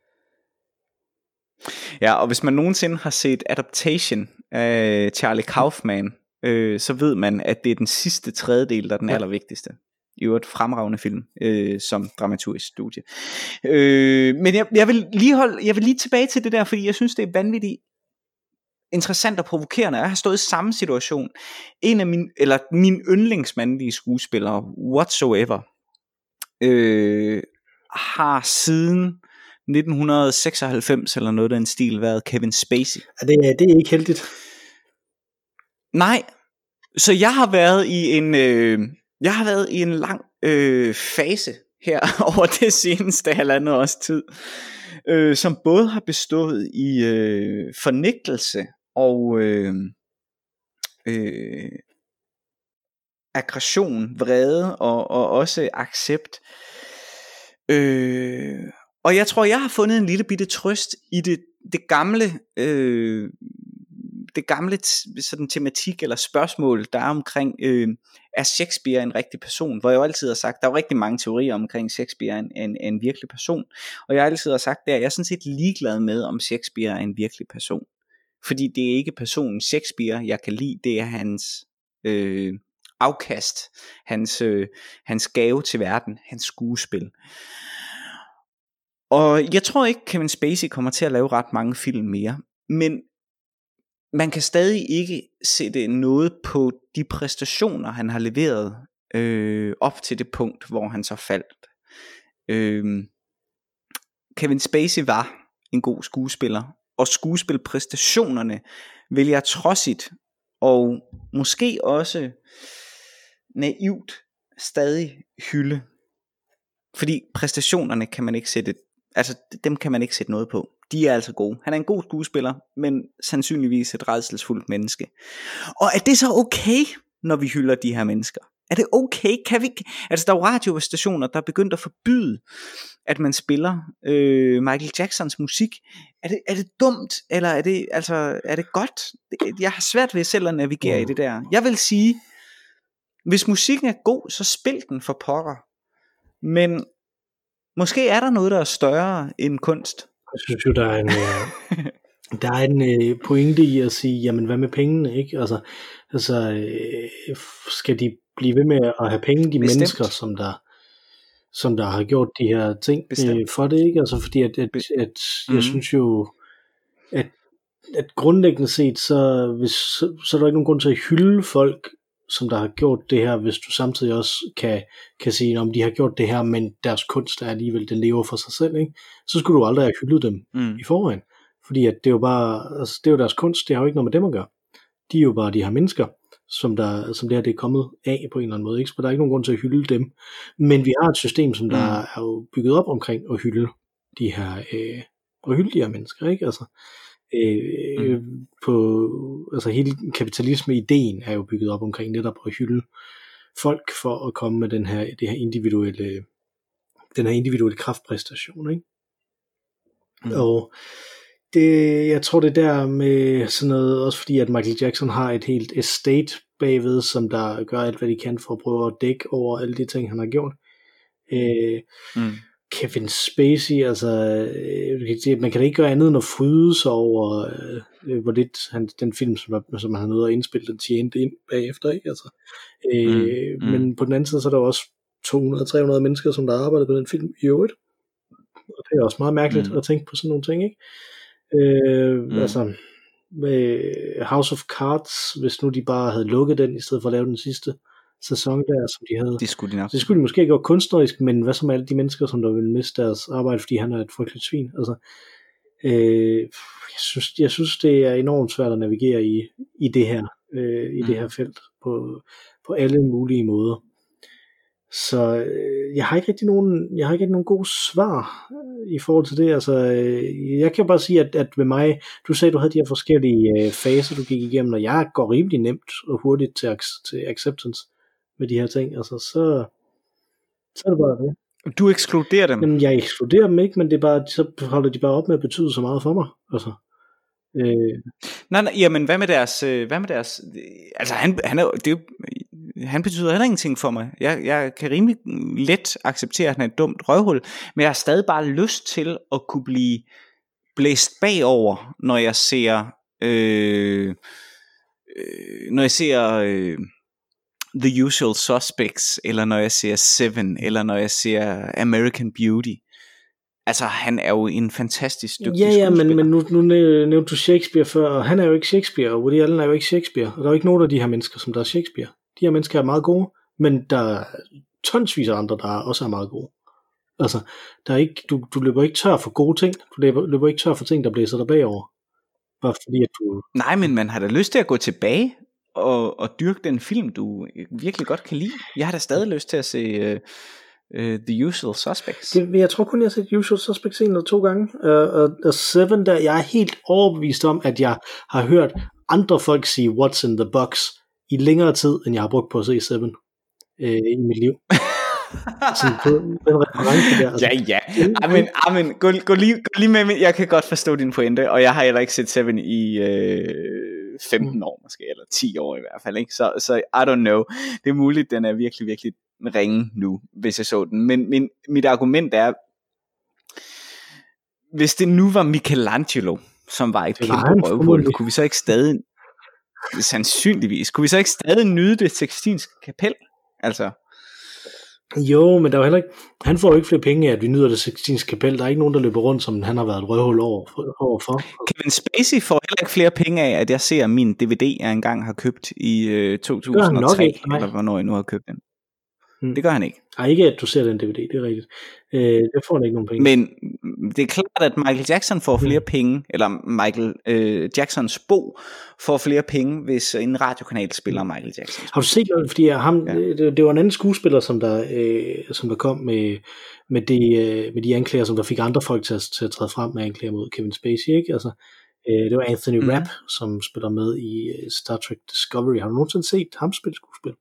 Ja, og hvis man nogensinde har set Adaptation af Charlie Kaufman, øh, så ved man, at det er den sidste tredjedel, der er den ja. allervigtigste. I øvrigt fremragende film, øh, som dramaturgisk studie. Øh, men jeg, jeg, vil lige holde, jeg vil lige tilbage til det der, fordi jeg synes, det er vanvittigt interessant og provokerende. Jeg har stået i samme situation. En af min, eller min yndlingsmandlige skuespillere, whatsoever, øh, har siden nitten seksoghalvfems eller noget af den stil været Kevin Spacey. Ja, det, er, det er ikke heldigt. Nej, så jeg har været i en øh, jeg har været i en lang øh, fase her over det seneste halvandet års tid, øh, som både har bestået i øh, fornægtelse og øh, øh, aggression, vrede og, og også accept. Øh, og jeg tror, jeg har fundet en lille bitte trøst i det, det gamle øh, det gamle sådan tematik eller spørgsmål, der er omkring, øh, er Shakespeare en rigtig person? Hvor jeg jo altid har sagt, der er jo rigtig mange teorier omkring Shakespeare er en, en, en virkelig person, og jeg har altid har sagt, at jeg er sådan set ligeglad med, om Shakespeare er en virkelig person. Fordi det er ikke personen Shakespeare, jeg kan lide, det er hans øh, afkast, hans, øh, hans gave til verden, hans skuespil. Og jeg tror ikke, Kevin Spacey kommer til at lave ret mange film mere, men man kan stadig ikke sætte noget på de præstationer, han har leveret øh, op til det punkt, hvor han så faldt. Øh, Kevin Spacey var en god skuespiller, og skuespilpræstationerne vil jeg trodsigt og måske også naivt stadig hylde, fordi præstationerne kan man ikke sætte, altså dem kan man ikke sætte noget på. De er altså gode. Han er en god skuespiller, men sandsynligvis et rædselsfuldt menneske. Og er det så okay, når vi hylder de her mennesker? Er det okay? Kan vi? Altså der er jo radiostationer, der er begyndt at forbyde, at man spiller øh, Michael Jacksons musik. Er det, er det dumt, eller er det, altså, er det godt? Jeg har svært ved selv at navigere mm. i det der. Jeg vil sige, hvis musikken er god, så spil den for pokker. Men måske er der noget, der er større end kunst. Jeg synes jo, der er en, øh, der er en øh, pointe i at sige, jamen hvad med pengene, ikke? Altså, altså øh, skal de blive ved med at have penge, de Bestemt. mennesker, som der, som der har gjort de her ting øh, for det, ikke? Altså fordi, at, at, at jeg mm. synes jo, at, at grundlæggende set, så, hvis, så, så er der ikke nogen grund til at hylde folk, som der har gjort det her, hvis du samtidig også kan, kan sige, om de har gjort det her, men deres kunst er alligevel, den lever for sig selv, ikke? Så skulle du aldrig have hyldet dem mm. i forvejen. Fordi at det er jo bare, altså det er jo deres kunst, det har jo ikke noget med dem at gøre. De er jo bare de her mennesker, som, der, som det her det er kommet af på en eller anden måde, ikke? Så der er ikke nogen grund til at hylde dem. Men vi har et system, som der mm. er jo bygget op omkring at hylde de her, øh, at hylde de her mennesker, ikke? Altså, øh, mm. på, altså hele kapitalisme-ideen er jo bygget op omkring netop at hylde folk for at komme med den her, det her individuelle, den her individuelle kraftpræstation, ikke? Mm. Og det, jeg tror det er der med sådan noget, også fordi at Michael Jackson har et helt estate bagved, som der gør alt hvad de kan for at prøve at dække over alle de ting han har gjort. øh, mm. Kevin Spacey, altså øh, man kan da ikke gøre andet end at fryde sig over øh, hvor lidt han, den film som, som han har nødt at indspille, den tjente ind bagefter, ikke? Altså, øh, mm. Mm. Men på den anden side så er der også to hundrede til tre hundrede mennesker som der arbejder på den film i øvrigt, og det er også meget mærkeligt mm. at tænke på sådan nogle ting, ikke? Øh, mm. Altså med House of Cards, hvis nu de bare havde lukket den i stedet for at lave den sidste sæson der, som de havde, det skulle de nok. Det skulle de måske ikke gøre kunstnerisk, men hvad så med alle de mennesker, som der ville miste deres arbejde, fordi han er et frygteligt svin. Altså, øh, jeg, synes, jeg synes det er enormt svært at navigere i, i det her øh, i mm. det her felt på, på alle mulige måder. Så øh, jeg har ikke rigtig nogen jeg har ikke rigtig nogen gode svar øh, i forhold til det. Altså øh, jeg kan bare sige at, at med mig, du sagde du havde de her forskellige øh, faser du gik igennem, og jeg går rimelig nemt og hurtigt til, til acceptance med de her ting. Altså så så er det bare det. Du ekskluderer dem? Jamen jeg ekskluderer dem ikke, men det er bare, så holder de bare op med at betyde så meget for mig. Altså øh. Nej, nej, jamen hvad med deres øh, hvad med deres altså han han er det er jo, han betyder heller ingenting for mig. Jeg, jeg kan rimelig let acceptere, at han er et dumt røvhul, men jeg har stadig bare lyst til at kunne blive blæst bagover, når jeg ser, øh, øh, når jeg ser øh, The Usual Suspects, eller når jeg ser Seven, eller når jeg ser American Beauty. Altså, han er jo en fantastisk dygtig ja, ja, men, men nu, nu nævnte du Shakespeare før, og han er jo ikke Shakespeare, og Woody Allen er jo ikke Shakespeare, og der er jo ikke nogen af de her mennesker, som der er Shakespeare. De her mennesker er meget gode, men der er tonsvis af andre, der også er meget gode. Altså, der er ikke, du, du løber ikke tør for gode ting, du løber, løber ikke tør for ting, der blæser dig bagover. Bare fordi, at du... Nej, men man har da lyst til at gå tilbage og, og dyrke den film, du virkelig godt kan lide. Jeg har da stadig lyst til at se... Uh... Uh, The Usual Suspects. Det, jeg tror kun jeg har set Usual Suspects en eller to gange, uh, og, og Seven der, jeg er helt overbevist om at jeg har hørt andre folk sige What's in the box i længere tid end jeg har brugt på at se Seven uh, i mit liv. Sådan på en reference der, altså. Ja ja amen, amen. Gå, gå, lige, gå lige med mig. Jeg kan godt forstå din pointe, og jeg har heller ikke set Seven i øh, femten år måske, eller ti år i hvert fald, ikke? Så, så I don't know. Det er muligt den er virkelig virkelig ringe nu, hvis jeg så den. Men min, mit argument er, hvis det nu var Michelangelo, som var et kæmpe røvhul, kunne vi så ikke stadig, sandsynligvis, kunne vi så ikke stadig nyde det Sixtinske Kapel? Altså. Jo, men der er heller ikke, han får jo ikke flere penge af, at vi nyder det Sixtinske Kapel. Der er ikke nogen, der løber rundt, som han har været et røvhul over, overfor. Kevin Spacey får heller ikke flere penge af, at jeg ser min D V D, jeg engang har købt i øh, to tusind og tre, eller hvornår jeg nu har købt den. Mm. Det gør han ikke. Nej, ikke at du ser den D V D, det er rigtigt. Øh, det får han ikke nogen penge. Men det er klart, at Michael Jackson får flere mm. penge, eller Michael øh, Jacksons bog får flere penge, hvis en radiokanal spiller Michael Jackson. Har du set noget? Fordi ham, ja. det, det var en anden skuespiller, som der, øh, som der kom med, med, de, øh, med de anklager, som der fik andre folk til at, til at træde frem med anklager mod Kevin Spacey, ikke? Altså, øh, det var Anthony mm. Rapp, som spiller med i uh, Star Trek Discovery. Har du nogensinde set ham spille skuespil?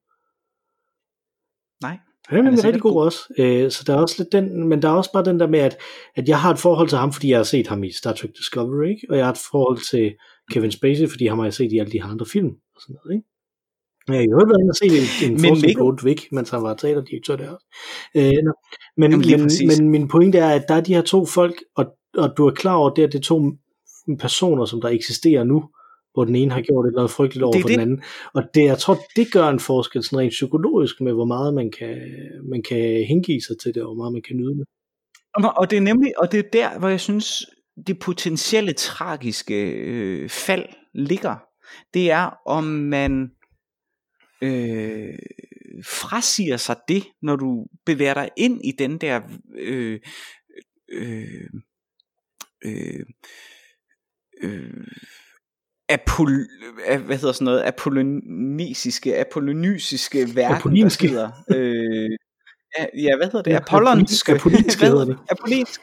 Nej. Han er, han er rigtig god, god også, øh, så der er også lidt den, men der er også bare den der med, at, at jeg har et forhold til ham, fordi jeg har set ham i Star Trek Discovery, ikke? Og jeg har et forhold til Kevin Spacey, fordi ham har jeg set i alle de her andre film, og sådan noget, ikke? Jeg har jo hørt været inde og set en, en forskel på Oldvik, mens han var teaterdirektør der også. Øh, men, men, men min pointe er, at der er de her to folk, og, og du er klar over, at det er de to personer, som der eksisterer nu, hvor den ene har gjort et eller andet frygteligt over det, for det. Den anden. Og det, jeg tror, det gør en forskel sådan rent psykologisk med, hvor meget man kan, man kan hengive sig til det, og hvor meget man kan nyde det. Og det er nemlig, og det er der, hvor jeg synes, det potentielle tragiske øh, fald ligger. Det er, om man øh, frasiger sig det, når du bevæger dig ind i den der øh, øh, øh, øh, Apol, hvad hedder sådan noget, apollonisiske, apollonysiske verden, apollinske. Hedder, øh, ja, hvad hedder det, apollonske, apollinske hedder det, apollinske,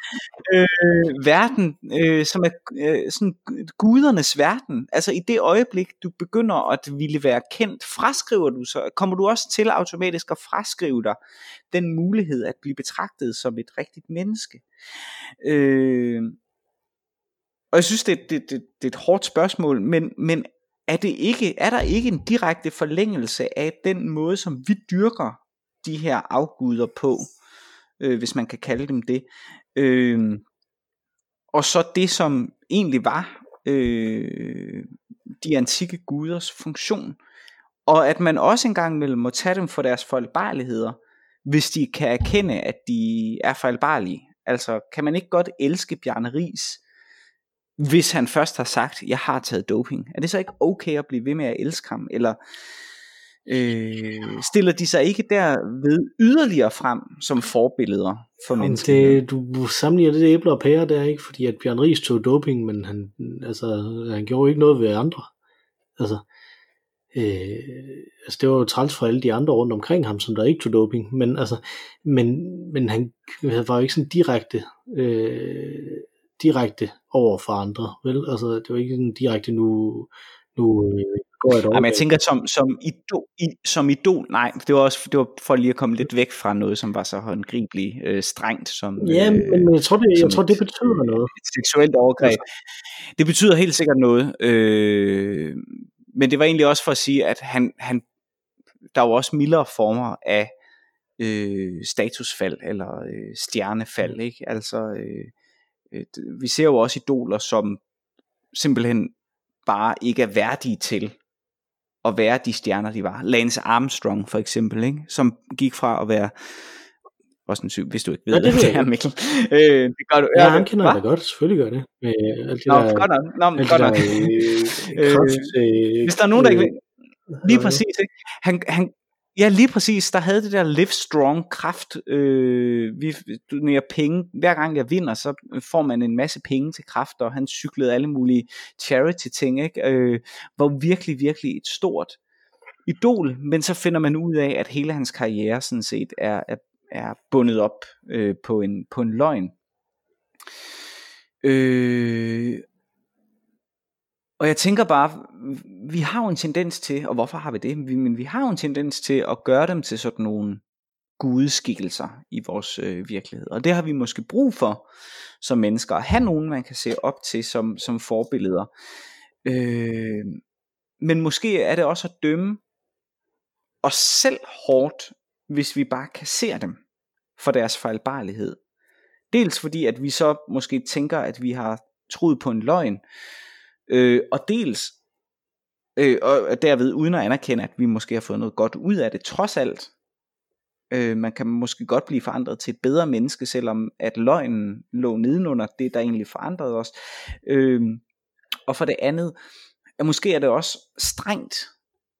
øh, verden, øh, som er øh, sådan gudernes verden. Altså i det øjeblik, du begynder at ville være kendt, fraskriver du så, kommer du også til automatisk at fraskrive dig den mulighed at blive betragtet som et rigtigt menneske. Øh, Og jeg synes, det, det, det, det er et hårdt spørgsmål, men, men er, det ikke, er der ikke en direkte forlængelse af den måde, som vi dyrker de her afguder på, øh, hvis man kan kalde dem det, øh, og så det, som egentlig var øh, de antikke guders funktion, og at man også engang mellem må tage dem for deres fejlbarligheder, hvis de kan erkende, at de er fejlbarlige. Altså, kan man ikke godt elske Bjarne Riis, hvis han først har sagt, jeg har taget doping? Er det så ikke okay at blive ved med at elske ham? Eller øh, stiller de sig ikke derved yderligere frem som forbilleder for mennesker? Du sammenligner det æbler og pærer der, ikke? Fordi at Bjarne Riis tog doping, men han, altså, han gjorde ikke noget ved andre. Altså, øh, altså det var jo træls for alle de andre rundt omkring ham, som der ikke tog doping. Men, altså, men, men han var jo ikke sådan direkte... Øh, direkte over for andre, vel? Altså, det var ikke sådan direkte nu, nu øh, går jeg Jamen, jeg tænker som, som, idol, i, som idol, nej, det var også det var for lige at komme lidt væk fra noget, som var så håndgribeligt øh, strengt som, ja, men, men jeg tror, det, jeg tror, det betyder noget. Et seksuelt overgreb. Altså. Det betyder helt sikkert noget, øh, men det var egentlig også for at sige, at han, han der var også mildere former af øh, statusfald, eller øh, stjernefald, ikke? Altså, øh, vi ser jo også idoler, som simpelthen bare ikke er værdige til at være de stjerner, de var. Lance Armstrong for eksempel, ikke? Som gik fra at være også en syg, hvis du ikke ved, ja, det, det er, Mikkel. Øh, det gør du. Ja, han kender jeg da godt, selvfølgelig gør det. Med alt det Nå, der, godt nok. Nå, godt nok. Der, øh, kraft, øh, hvis der er nogen, der ikke ved, lige præcis, ikke? Han, han, ja, lige præcis, der havde det der live strong kraft, øh, vi donerer penge, hver gang jeg vinder, så får man en masse penge til kraft, og han cyklede alle mulige charity ting, ikke? Øh, var virkelig, virkelig et stort idol, men så finder man ud af, at hele hans karriere sådan set er, er, er bundet op øh, på, en, på en løgn. Øh, Og jeg tænker bare, vi har jo en tendens til, og hvorfor har vi det? Vi, men vi har jo en tendens til at gøre dem til sådan nogle gudeskikkelser i vores øh, virkelighed. Og det har vi måske brug for som mennesker, at have nogen, man kan se op til som, som forbilleder. Øh, men måske er det også at dømme os selv hårdt, hvis vi bare kasserer dem for deres fejlbarlighed. Dels fordi, at vi så måske tænker, at vi har troet på en løgn, Øh, og dels øh, og derved uden at anerkende, at vi måske har fået noget godt ud af det trods alt. øh, Man kan måske godt blive forandret til et bedre menneske, selvom at løgnen lå nedenunder det, der egentlig forandrede os. øh, Og for det andet, at måske er det også strengt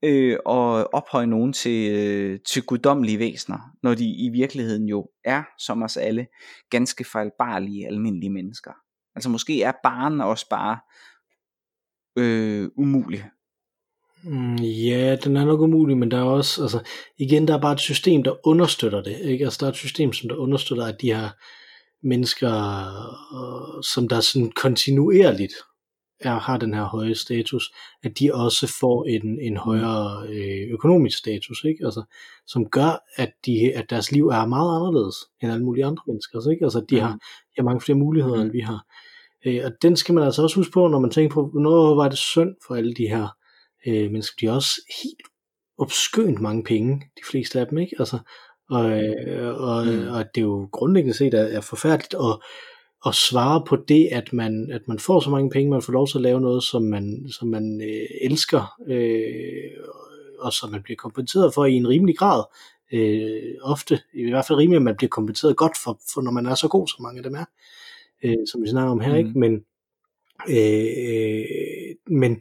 øh, og ophøje nogen til, øh, til guddommelige væsener, når de i virkeligheden jo er, som os alle, ganske fejlbarlige almindelige mennesker. Altså måske er barn også bare øh, umulig. Mm, ja, den er nok umulig, men der er også, altså, igen, der er bare et system, der understøtter det, ikke? Altså, der er et system, som der understøtter, at de her mennesker, øh, som der sådan kontinuerligt er, har den her høje status, at de også får en, en højere øh, økonomisk status, ikke? Altså, som gør, at, de, at deres liv er meget anderledes end alle mulige andre mennesker, ikke? Altså, de har, de har mange flere muligheder, end vi har. Øh, og den skal man altså også huske på, når man tænker på, hvornår var det synd for alle de her øh, mennesker. De har også helt opskønt mange penge, de fleste af dem, ikke? Altså, og, og, mm. og det er jo grundlæggende set er, er forfærdeligt at, at svare på det, at man, at man får så mange penge, man får lov til at lave noget, som man, som man øh, elsker, øh, og som man bliver kompenseret for i en rimelig grad. Øh, ofte, i hvert fald rimelig, at man bliver kompenseret godt for, for når man er så god, som mange af dem er, øh, som vi snakker om her, mm. ikke? Men, øh, men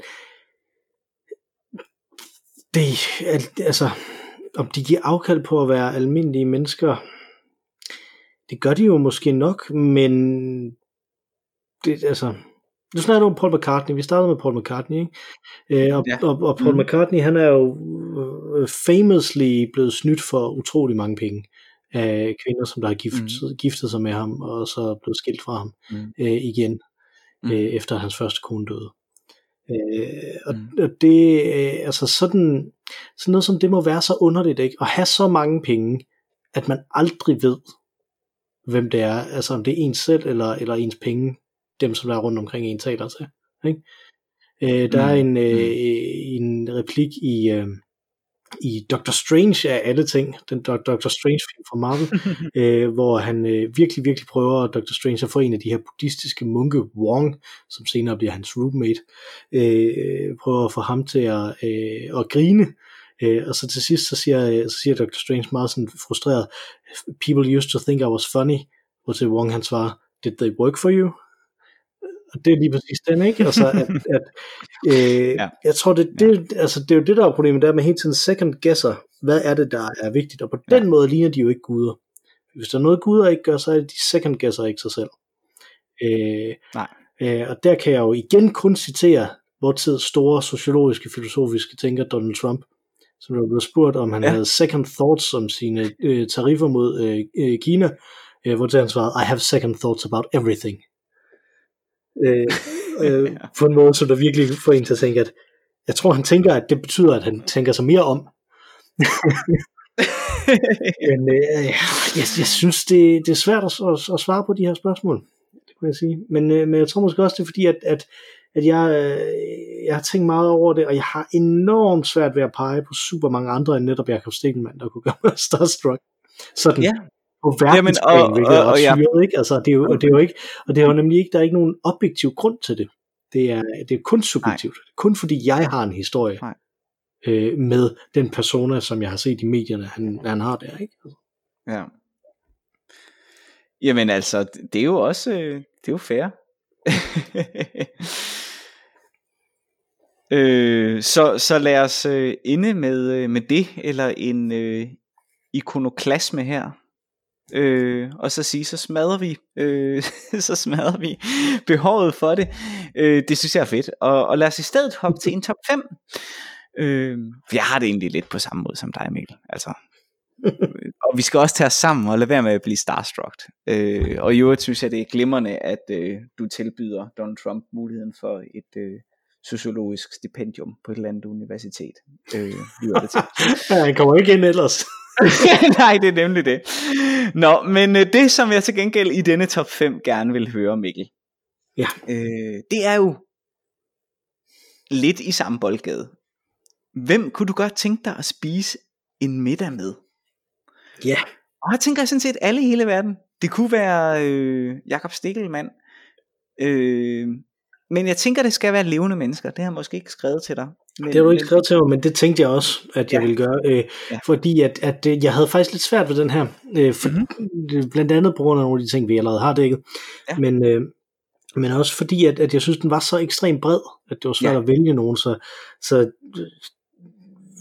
det, altså, om de giver afkald på at være almindelige mennesker, det gør de jo måske nok, men det, altså, nu snakker du om Paul McCartney, vi startede med Paul McCartney, ikke? Øh, og, ja. og, og Paul mm. McCartney, han er jo famously blevet snydt for utrolig mange penge af kvinder, som der har gift, mm. giftet sig med ham, og så blevet skilt fra ham mm. øh, igen, mm. øh, efter hans første kone døde. Øh, og, mm. og det øh, altså sådan, sådan noget som det må være så underligt, ikke? At have så mange penge, at man aldrig ved, hvem det er, altså om det er ens selv eller, eller ens penge, dem som der er rundt omkring en taler til, ikke? Øh, der mm. er en, øh, en replik i øh, i Doctor Strange af alle ting, den Doctor Strange film fra Marvel, øh, hvor han øh, virkelig, virkelig prøver, Doctor Strange at få en af de her buddhistiske munke, Wong, som senere bliver hans roommate, øh, prøver at få ham til at, øh, at grine, øh, og så til sidst, så siger, så siger Doctor Strange meget sådan frustreret, people used to think I was funny, hvor til Wong han svarer, did they work for you? Og det er lige præcis den, ikke? Altså, at, at øh, ja. jeg tror, det, det, altså, det er jo det, der er problemet, der med hele tiden second guesser, hvad er det, der er vigtigt, og på den ja. måde ligner de jo ikke guder. Hvis der er noget, guder ikke gør, så er det, de second guesser ikke sig selv. Øh, Nej. Øh, og der kan jeg jo igen kun citere vor tids store sociologiske, filosofiske tænker, Donald Trump, som blev spurgt, om han ja. havde second thoughts om sine øh, tariffer mod øh, Kina, øh, hvor til han svarede, I have second thoughts about everything. Øh, øh, på en måde, som der virkelig får en til at tænke, at jeg tror, han tænker, at det betyder, at han tænker sig mere om. Men øh, jeg, jeg synes, det, det er svært at, at, at svare på de her spørgsmål, det kan jeg sige. Men, øh, men jeg tror måske også, det er fordi, at, at, at jeg, øh, jeg har tænkt meget over det, og jeg har enormt svært ved at pege på super mange andre end netop Jakob Stegelmann, der kunne gøre mig starstruck. Sådan. Ja. På verdensplan, hvilket er også syret, ikke? Altså, det er jo, og det er jo ikke, og det er jo nemlig ikke, der er ikke nogen objektiv grund til det. Det er, det er kun subjektivt. Nej. Kun fordi jeg har en historie øh, med den persona, som jeg har set i medierne, han, han har der, ikke? Ja. Jamen altså, det er jo også, det er jo fair. øh, så, så lad os øh, inde med, med det, eller en øh, ikonoklasme her. Øh, og så sige, så smadrer vi øh, så smadrer vi behovet for det. øh, Det synes jeg er fedt. Og, og lad os i stedet hoppe til en top fem. øh, Jeg har det egentlig lidt på samme måde som dig, Mikkel. Altså, og vi skal også tage os sammen og lade være med at blive starstruck. øh, Og i øvrigt synes jeg, det er glimrende, at øh, du tilbyder Donald Trump muligheden for et øh, sociologisk stipendium på et eller andet universitet. øh, det til. Ja, han kommer ikke ind ellers. Nej, det er nemlig det. Nå, men øh, det som jeg til gengæld i denne top fem gerne vil høre, Mikkel, ja. øh, det er jo lidt i samme boldgade. Hvem kunne du godt tænke dig at spise en middag med? Ja. Og jeg tænker sådan set alle i hele verden. Det kunne være øh, Jakob Stegelmann, øh, men jeg tænker det skal være levende mennesker. Det har jeg måske ikke skrevet til dig. Men, det har du ikke skrevet til mig, men det tænkte jeg også, at jeg ja. ville gøre, øh, ja. fordi at, at jeg havde faktisk lidt svært ved den her, øh, for, mm-hmm. blandt andet på grund af nogle af de ting, vi allerede har dækket, ja. men, øh, men også fordi, at, at jeg synes, den var så ekstremt bred, at det var svært ja. at vælge nogen, så, så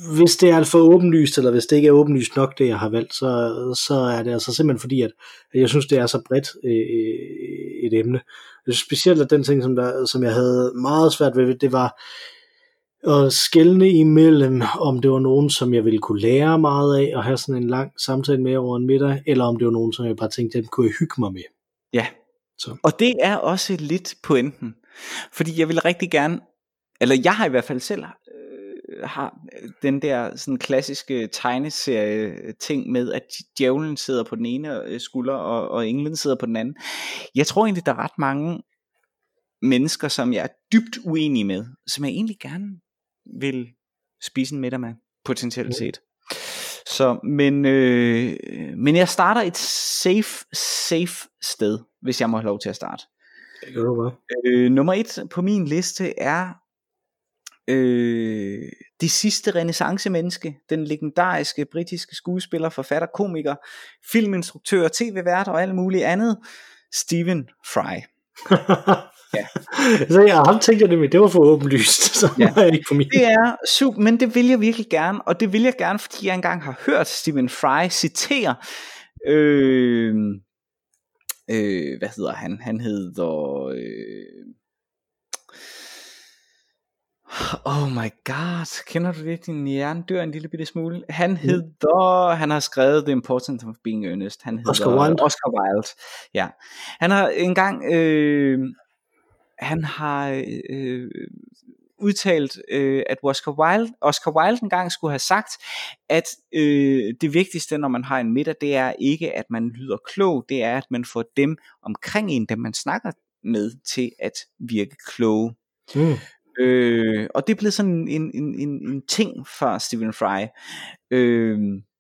hvis det er for åbenlyst, eller hvis det ikke er åbenlyst nok, det jeg har valgt, så, så er det altså simpelthen fordi, at, at jeg synes, det er så bredt øh, et emne. Det er specielt, at den ting, som, der, som jeg havde meget svært ved, det var at skelne imellem, om det var nogen, som jeg ville kunne lære meget af, og have sådan en lang samtale med over en middag, eller om det var nogen, som jeg bare tænkte, dem kunne jeg hygge mig med. Ja, så. Og det er også lidt pointen, fordi jeg vil rigtig gerne, eller jeg har i hvert fald selv øh, har den der sådan klassiske tegneserie ting med, at djævlen sidder på den ene skulder, og, og englen sidder på den anden. Jeg tror egentlig, der er ret mange mennesker, som jeg er dybt uenig med, som jeg egentlig gerne vil spise en middag med, potentielt set. Så, men, øh, men jeg starter et safe, safe sted, hvis jeg må have lov til at starte. Det gør du bare. Øh, nummer et på min liste er øh, det sidste renæssancemenneske, den legendariske britiske skuespiller, forfatter, komiker, filminstruktør, tv-vært og alt muligt andet, Stephen Fry. Ja. Så jeg har tænkt det, men det var for åbenlyst, så ja. Var jeg ikke på min. Det er super, men det vil jeg virkelig gerne, og det vil jeg gerne, fordi jeg engang har hørt Stephen Fry citere, øh, øh, hvad hedder han? Han hedder, øh, oh my god, kender du det? Din hjerne dør en lille bitte smule. Han hedder, han har skrevet The Importance of Being Earnest. Han hedder Oscar Wilde. Oscar Wilde. Ja, han har engang, øh, han har øh, udtalt, øh, at Oscar Wilde, Oscar Wilde engang skulle have sagt, at øh, det vigtigste, når man har en middag, det er ikke, at man lyder klog, det er, at man får dem omkring en, dem man snakker med, til at virke kloge. Mm. Øh, og det er blevet sådan en, en, en, en ting for Stephen Fry. Øh,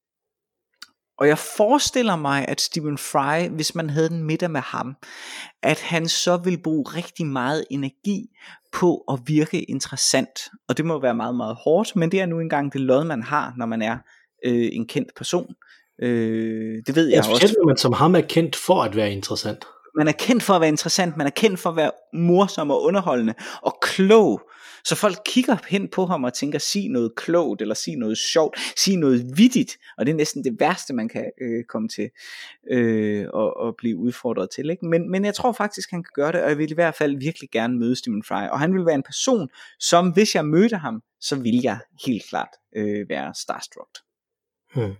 og jeg forestiller mig, at Stephen Fry, hvis man havde en middag med ham, at han så vil bruge rigtig meget energi på at virke interessant. Og det må være meget, meget hårdt, men det er nu engang det lod, man har, når man er øh, en kendt person. Øh, det ved jeg, jeg også. Specielt, man som ham er kendt for at være interessant. Man er kendt for at være interessant, man er kendt for at være morsom og underholdende og klog. Så folk kigger hen på ham og tænker, sig noget klogt, eller sig noget sjovt, sig noget vittigt, og det er næsten det værste, man kan øh, komme til øh, og, og blive udfordret til. Ikke? Men, men jeg tror faktisk, han kan gøre det, og jeg vil i hvert fald virkelig gerne møde Stephen Fry, og han vil være en person, som hvis jeg mødte ham, så ville jeg helt klart øh, være starstruck. Hmm.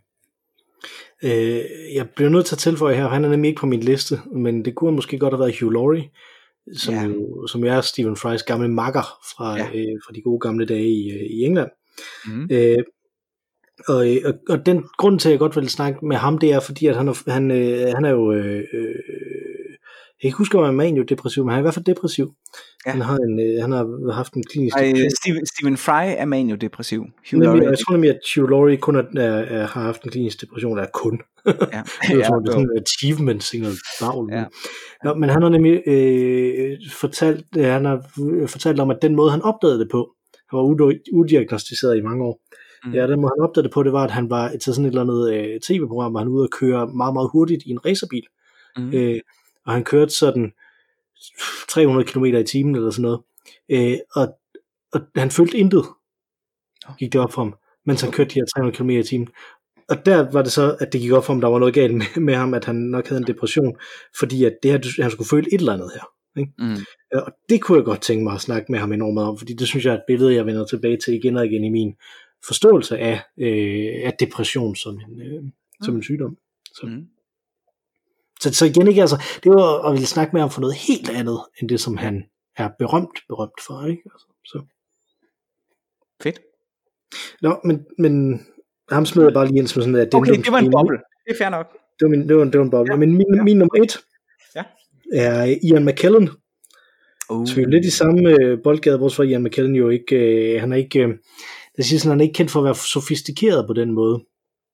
Øh, jeg bliver nødt til at tilføje her, han er nemlig ikke på min liste, men det kunne måske godt have været Hugh Laurie, som, ja. jo, som er Stephen Frys gamle makker fra, ja. øh, fra de gode gamle dage i, i England. Mm. Øh, og, og, og den grund til, at jeg godt vil snakke med ham, det er, fordi at han, er, han, øh, han er jo, øh, øh, jeg kan ikke huske, om han er maniodepressiv, men han er i hvert fald depressiv. Ja. Han, har en, øh, han har haft en klinisk Ej, Stephen, Stephen Fry er maniodepressiv. Nemlig, jeg tror nemlig, at Hugh Laurie kun er, er, er, har haft en klinisk depression, der er kun. Ja. det er ja, sådan, det er sådan en achievement, sådan noget bagl. Ja. Nå, men han har nemlig øh, fortalt, øh, han har fortalt om, at den måde, han opdagede det på, han var udiagnostiseret i mange år. Mm. Ja, den måde, han opdagede det på, det var, at han var til sådan et eller andet øh, tv-program, hvor han var ude og køre meget, meget hurtigt i en racerbil. Mm. Øh, og han kørte sådan tre hundrede kilometer i timen eller sådan noget. Øh, og, og han følte intet, gik det op for ham, mens han kørte de her tre hundrede kilometer i timen. Og der var det så, at det gik op for ham, der var noget galt med, med ham, at han nok havde en depression, fordi at det her, han skulle føle et eller andet her. Ikke? Mm. Og det kunne jeg godt tænke mig at snakke med ham enormt om, fordi det synes jeg er et billede, jeg vender tilbage til igen og igen i min forståelse af, øh, af depression som en, øh, mm. som en sygdom. Så. Mm. Så, så igen ikke, altså, det var at ville snakke med ham for noget helt andet, end det som han er berømt, berømt for, ikke? Altså, så. Fedt. Nå, men, men ham smed jeg bare lige ind som sådan, at okay, det var en boble. Det er fair nok. Det var, min, det var, det var en boble. Ja. Men min, ja. min nummer et ja. er Ian McKellen. Uh. Så vi er lidt i samme øh, boldgade, hvorfor Ian McKellen jo ikke, øh, han er ikke, øh, det siger sådan, han er ikke kendt for at være sofistikeret på den måde.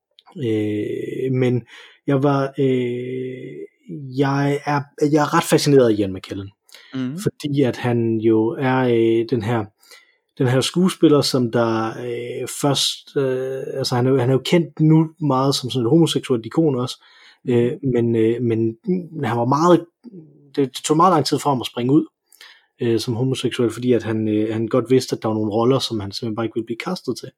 Øh, men jeg var, øh, jeg er, jeg er ret fascineret af Ian McKellen. Mm. Fordi at han jo er øh, den her, den her skuespiller, som der øh, først, øh, altså han er, han er jo kendt nu meget som sådan et homoseksuelt ikon også, øh, men, øh, men han var meget, det, det tog meget lang tid for ham at springe ud øh, som homoseksuel, fordi at han, øh, han godt vidste, at der var nogle roller, som han simpelthen bare ikke ville blive kastet til,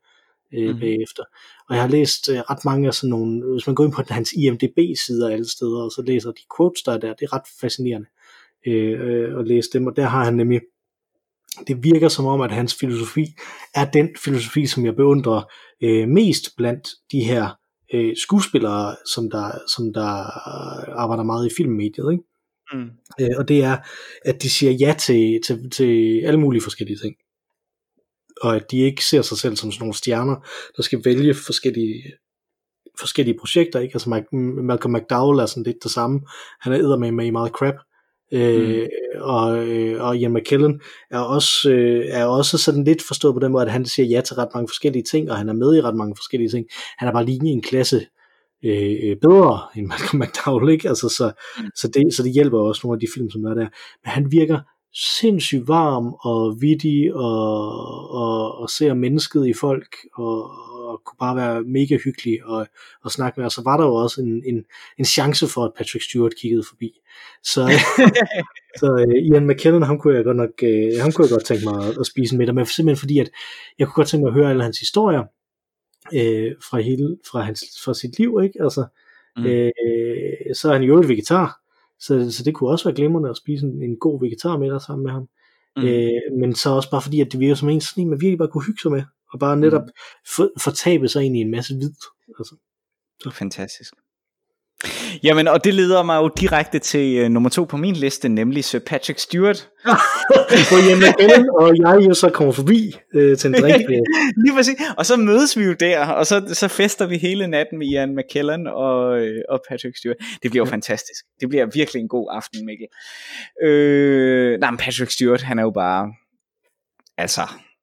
øh, mm. bagefter. Og jeg har læst øh, ret mange af sådan nogle, hvis man går ind på hans I M D B-sider alle steder, og så læser de quotes, der er der, det er ret fascinerende øh, øh, at læse dem, og der har han nemlig, det virker som om, at hans filosofi er den filosofi, som jeg beundrer øh, mest blandt de her øh, skuespillere, som der, som der arbejder meget i filmmediet, ikke? Mm. Øh, og det er, at de siger ja til, til, til alle mulige forskellige ting. Og at de ikke ser sig selv som sådan nogle stjerner, der skal vælge forskellige, forskellige projekter, ikke? Altså Malcolm McDowell er sådan lidt det samme. Han er eddermame med i meget crap. Øh, mm. og, og Ian McKellen er også, øh, er også sådan lidt forstået på den måde, at han siger ja til ret mange forskellige ting, og han er med i ret mange forskellige ting. Han er bare lige i en klasse øh, bedre end Malcolm McDowell, ikke? Altså, så, mm. så, det, så det hjælper også nogle af de film, som er der. Men han virker sindssygt varm og vittig og, og, og ser mennesket i folk og, og kunne bare være mega hyggelig og, og snakke med, og så var der jo også en, en, en chance for, at Patrick Stewart kiggede forbi. Så, så uh, Ian McKellen, ham kunne jeg godt nok uh, ham kunne jeg godt tænke mig at, at spise med, men simpelthen fordi, at jeg kunne godt tænke mig at høre alle hans historier uh, fra, hele, fra, hans, fra sit liv, ikke? Altså, mm. uh, så er han jo et vegetar. Så, så det kunne også være glimrende at spise en, en god vegetarmiddag sammen med ham. Mm. Øh, men så også bare fordi, at det virker som en sådan en, man virkelig bare kunne hygge sig med, og bare netop mm. for, fortabe sig ind i en masse vid. Altså. Så. Fantastisk. Jamen, og det leder mig jo direkte til uh, nummer to på min liste, nemlig Sir Patrick Stewart. Hvor Ian McKellen og jeg jo så kommer forbi øh, til en drink. Lige præcis. Og så mødes vi jo der, og så, så fester vi hele natten med Ian McKellen og, øh, og Patrick Stewart. Det bliver jo ja. fantastisk. Det bliver virkelig en god aften, Mikkel. Øh, nej, men Patrick Stewart, han er jo bare, altså,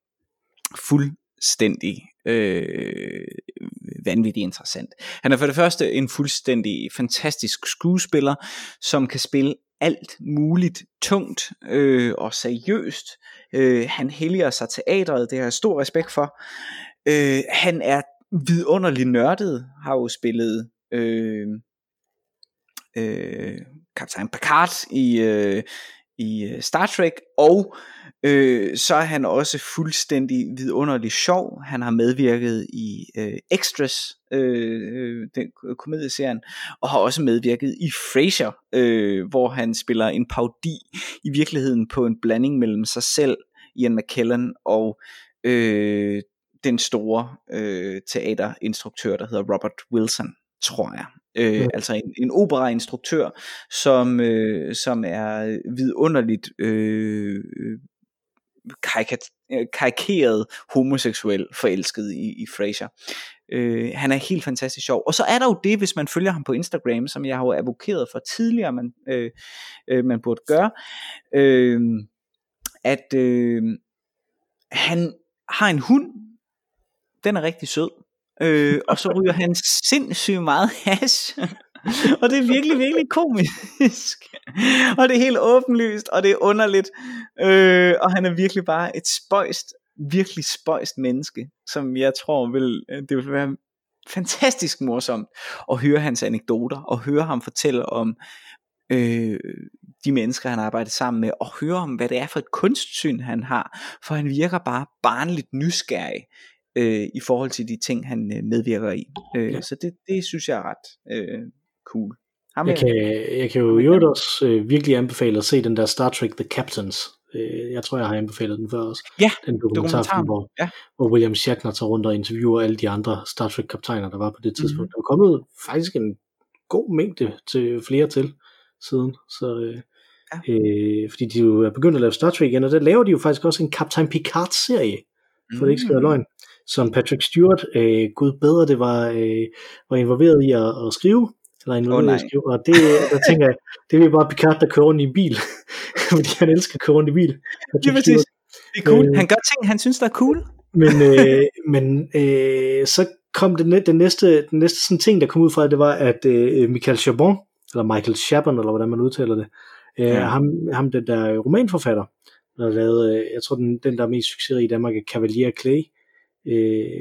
fuldstændig øh, vanvittigt interessant. Han er for det første en fuldstændig fantastisk skuespiller, som kan spille alt muligt tungt øh, og seriøst. Øh, han helliger sig teatret, det har jeg stor respekt for. Øh, han er vidunderligt nørdet, har jo spillet øh, øh, kaptajn Picard i, øh, i Star Trek, og øh, så er han også fuldstændig vidunderligt sjov. Han har medvirket i øh, Extras, øh, den komedieserien, og har også medvirket i Frasier, øh, hvor han spiller en parodi i virkeligheden på en blanding mellem sig selv, Ian McKellen, og øh, den store øh, teaterinstruktør, der hedder Robert Wilson, tror jeg. Øh, mm. Altså en, en operainstruktør, som, øh, som er vidunderligt øh, karikeret homoseksuel forelsket i, i Frasier. Øh, han er helt fantastisk sjov. Og så er der jo det, hvis man følger ham på Instagram, som jeg har jo advokeret for tidligere, man, øh, øh, man burde gøre, øh, at øh, han har en hund. Den er rigtig sød. Øh, og så ryger han sindssygt meget hash. Og det er virkelig, virkelig komisk. Og det er helt åbenlyst, og det er underligt. Øh, og han er virkelig bare et spøjst, virkelig spøjst menneske, som jeg tror vil, det vil være fantastisk morsomt at høre hans anekdoter, og høre ham fortælle om øh, de mennesker, han arbejder sammen med, og høre om, hvad det er for et kunstsyn, han har. For han virker bare barnligt nysgerrig øh, i forhold til de ting, han øh, medvirker i. Øh, ja. Så det, det synes jeg er ret øh, cool. Ham jeg, kan, jeg kan jo jo også øh, virkelig anbefale at se den der Star Trek The Captains. Øh, jeg tror jeg har anbefalet den før også. Ja, den dokumentarfilm, hvor, ja. hvor William Shatner tager rundt og interviewer alle de andre Star Trek kaptajner, der var på det tidspunkt. Mm-hmm. Der er kommet faktisk en god mængde til flere til siden. Så, øh, ja. øh, fordi de jo er begyndt at lave Star Trek igen, og der laver de jo faktisk også en Kaptajn Picard serie, for mm-hmm. det ikke skal være løgn, som Patrick Stewart, øh, gud bedre det var, øh, var involveret i at, at skrive. Eller en oh, skrive, og det, der tænker jeg, det er bare Picard, der kører rundt i en bil, fordi han elsker at køre rundt i bil. Det er, det er cool. Han gør ting, han synes, der er cool. Men, øh, men øh, så kom det, den næste, den næste sådan ting, der kom ud fra, det var, at øh, Michael Chabon, eller Michael Chabon, eller hvordan man udtaler det, øh, ja. ham, ham den der romanforfatter, der har lavet, øh, jeg tror, den, den der er mest succes i Danmark er Cavalier Clay,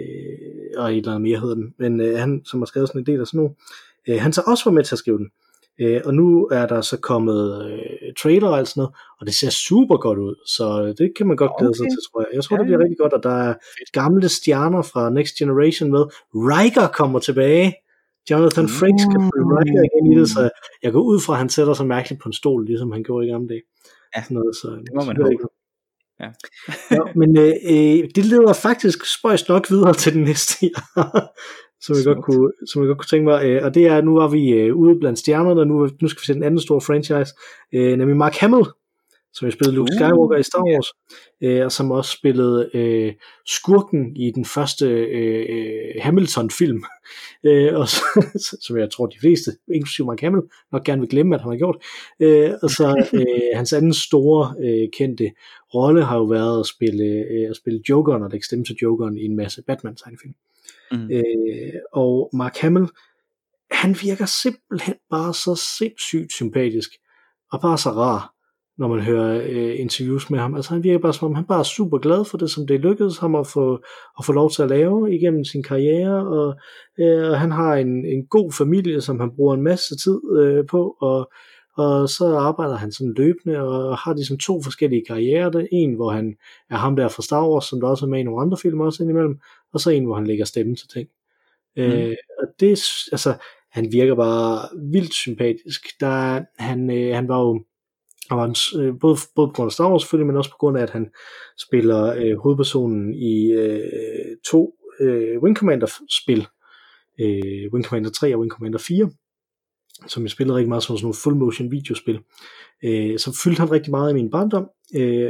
øh, og et eller andet mere hedder den, men øh, han, som har skrevet sådan en del af sådan noget, han så også var med til at skrive den. Øh, og nu er der så kommet øh, trailer og alt sådan noget, og det ser super godt ud, så det kan man godt glæde okay. sig til, tror jeg. Jeg tror, ja, det bliver rigtig godt, og der er gamle stjerner fra Next Generation med. Riker kommer tilbage. Jonathan Frakes kan spille Riker igen i det, så jeg går ud fra, at han sætter sig mærkeligt på en stol, ligesom han gjorde i gamle dage. Ja, sådan noget, så, det må man håbe. Ja. Ja, men øh, øh, det leder faktisk spøjst nok videre til den næste, som, jeg godt kunne, som jeg godt kunne tænke mig. Øh, og det er, nu var vi øh, ude blandt stjernerne, og nu, nu skal vi se den anden store franchise, øh, nemlig Mark Hamill, som jeg spillede Luke Skywalker uh, i Star Wars, yeah. øh, og som også spillede øh, skurken i den første øh, Hamilton-film, øh, og så, som jeg tror de fleste, inklusive Mark Hamill, nok gerne vil glemme, at han har gjort. Øh, og så øh, hans anden store øh, kendte rolle har jo været at spille, øh, at spille Jokeren, og lægge stemme til Jokeren i en masse Batman-tegnefilm. Mm. Øh, og Mark Hamill, han virker simpelthen bare så sindssygt sympatisk, og bare så rar, når man hører øh, interviews med ham. Altså han virker bare som om, han bare er super glad for det, som det lykkedes ham at få, at få lov til at lave igennem sin karriere, og, øh, og han har en, en god familie, som han bruger en masse tid øh, på, og, og så arbejder han sådan løbende, og har ligesom to forskellige karrierer. Det en, hvor han er ham der fra Star Wars, som der også er med i nogle andre film også indimellem, og så en, hvor han lægger stemme til ting. Mm. Øh, og det, altså, han virker bare vildt sympatisk. Der, han, øh, han var jo Og han, øh, både, både på grund af Star Wars selvfølgelig, men også på grund af, at han spiller øh, hovedpersonen i øh, to øh, Wing Commander-spil. Øh, Wing Commander tre og Wing Commander fire, som jeg spillede rigtig meget som sådan nogle full motion videospil. Øh, så fyldte han rigtig meget i min barndom. Øh,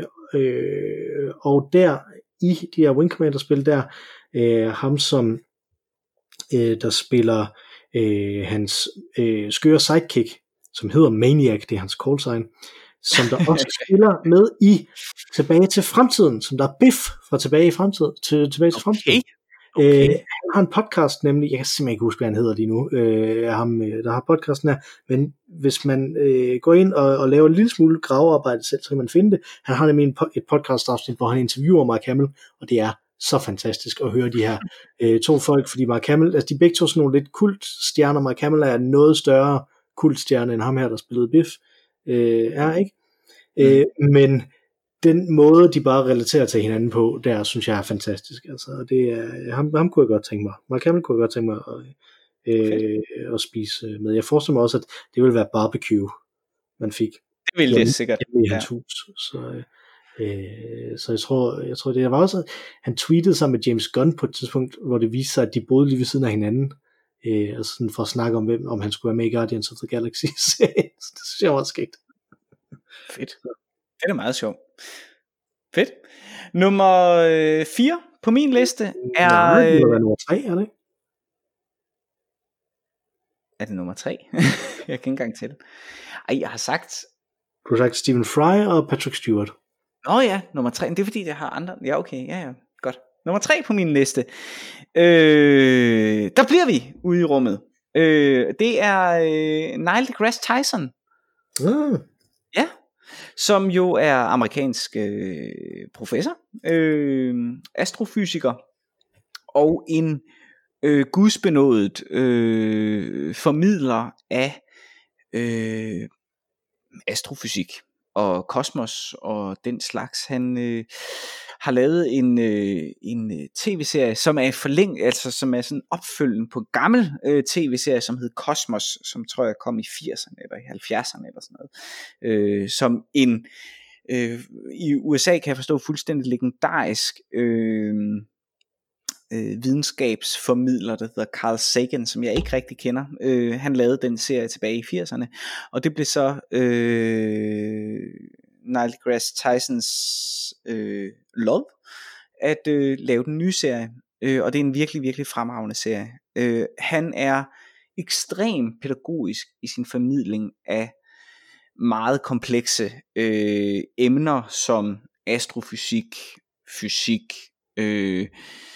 øh, og der, i de her Wing Commander-spil, der øh, ham som øh, der spiller øh, hans øh, skøre sidekick, som hedder Maniac, det er hans call sign, som der også spiller med i Tilbage til Fremtiden, som der er Biff fra Tilbage i Fremtiden, til Tilbage til Fremtiden. Okay. Okay. Øh, han har en podcast, nemlig, jeg kan simpelthen ikke huske, hvad han hedder lige nu, øh, ham, der har podcasten her, men hvis man øh, går ind og, og laver en lille smule gravearbejde selv, så kan man finde det. Han har nemlig en, et podcast-afsnit, hvor han interviewer Mark Hamill, og det er så fantastisk at høre de her øh, to folk, fordi Mark Hamill, altså de begge to sådan nogle lidt kult stjerner. Mark Hamill er noget større kultstjerne end ham her, der spillede Biff, øh, er ikke? Mm. Øh, men den måde, de bare relaterer til hinanden på, der synes jeg er fantastisk. Altså, det er, ham, ham kunne jeg godt tænke mig. Mark Hamill kunne jeg godt tænke mig at, øh, at spise med. Jeg forestiller mig også, at det ville være barbecue, man fik. Det ville det sikkert. I hans ja. hus. Så, øh, så jeg tror, jeg tror, det var også, han tweetede sammen med James Gunn på et tidspunkt, hvor det viste sig, at de boede lige ved siden af hinanden. Øh, og sådan for at snakke om, hvem, om han skulle være med i Guardians of the Galaxy. Det synes jeg var skægt. Fedt. Det er meget sjovt. Fedt. Nummer øh, fire på min liste er... Nej, det må være nummer tre, er det ikke? Er det nummer tre? Jeg kan ikke engang til det. Ej, jeg har sagt... Du har sagt Stephen Fry og Patrick Stewart. Nå ja, nummer tre. Det er fordi, jeg har andre... Ja, okay. Ja, ja. Godt. Nummer tre på min liste. Øh, der bliver vi ude i rummet. Øh, det er øh, Neil deGrasse Tyson. Mm. Ja. Som jo er amerikansk øh, professor, øh, astrofysiker og en øh, gudsbenådet øh, formidler af øh, astrofysik og kosmos og den slags. Han øh, har lavet en øh, en tv-serie, som er forlængt, altså som er sådan opfølgning på en gammel øh, tv-serie, som hed Kosmos, som tror jeg kom i firserne eller i halvfjerdserne eller sådan noget, øh, som en øh, i U S A kan jeg forstå fuldstændig legendarisk øh, øh, videnskabsformidler, der hedder Carl Sagan, som jeg ikke rigtig kender. Øh, han lavede den serie tilbage i firserne, og det blev så øh, Neil deGrasse Tysons øh, lov at øh, lave den nye serie, øh, og det er en virkelig, virkelig fremragende serie. Øh, han er ekstremt pædagogisk i sin formidling af meget komplekse øh, emner som astrofysik, fysik, øh,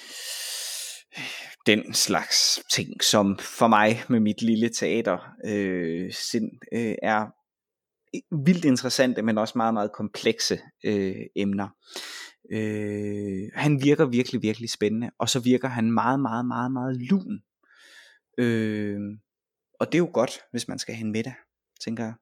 den slags ting, som for mig med mit lille teater øh, sind, øh, er vildt interessante, men også meget, meget komplekse øh, emner. Øh, han virker virkelig, virkelig spændende, og så virker han meget, meget, meget, meget lun. Øh, og det er jo godt, hvis man skal have en middag. tænker jeg.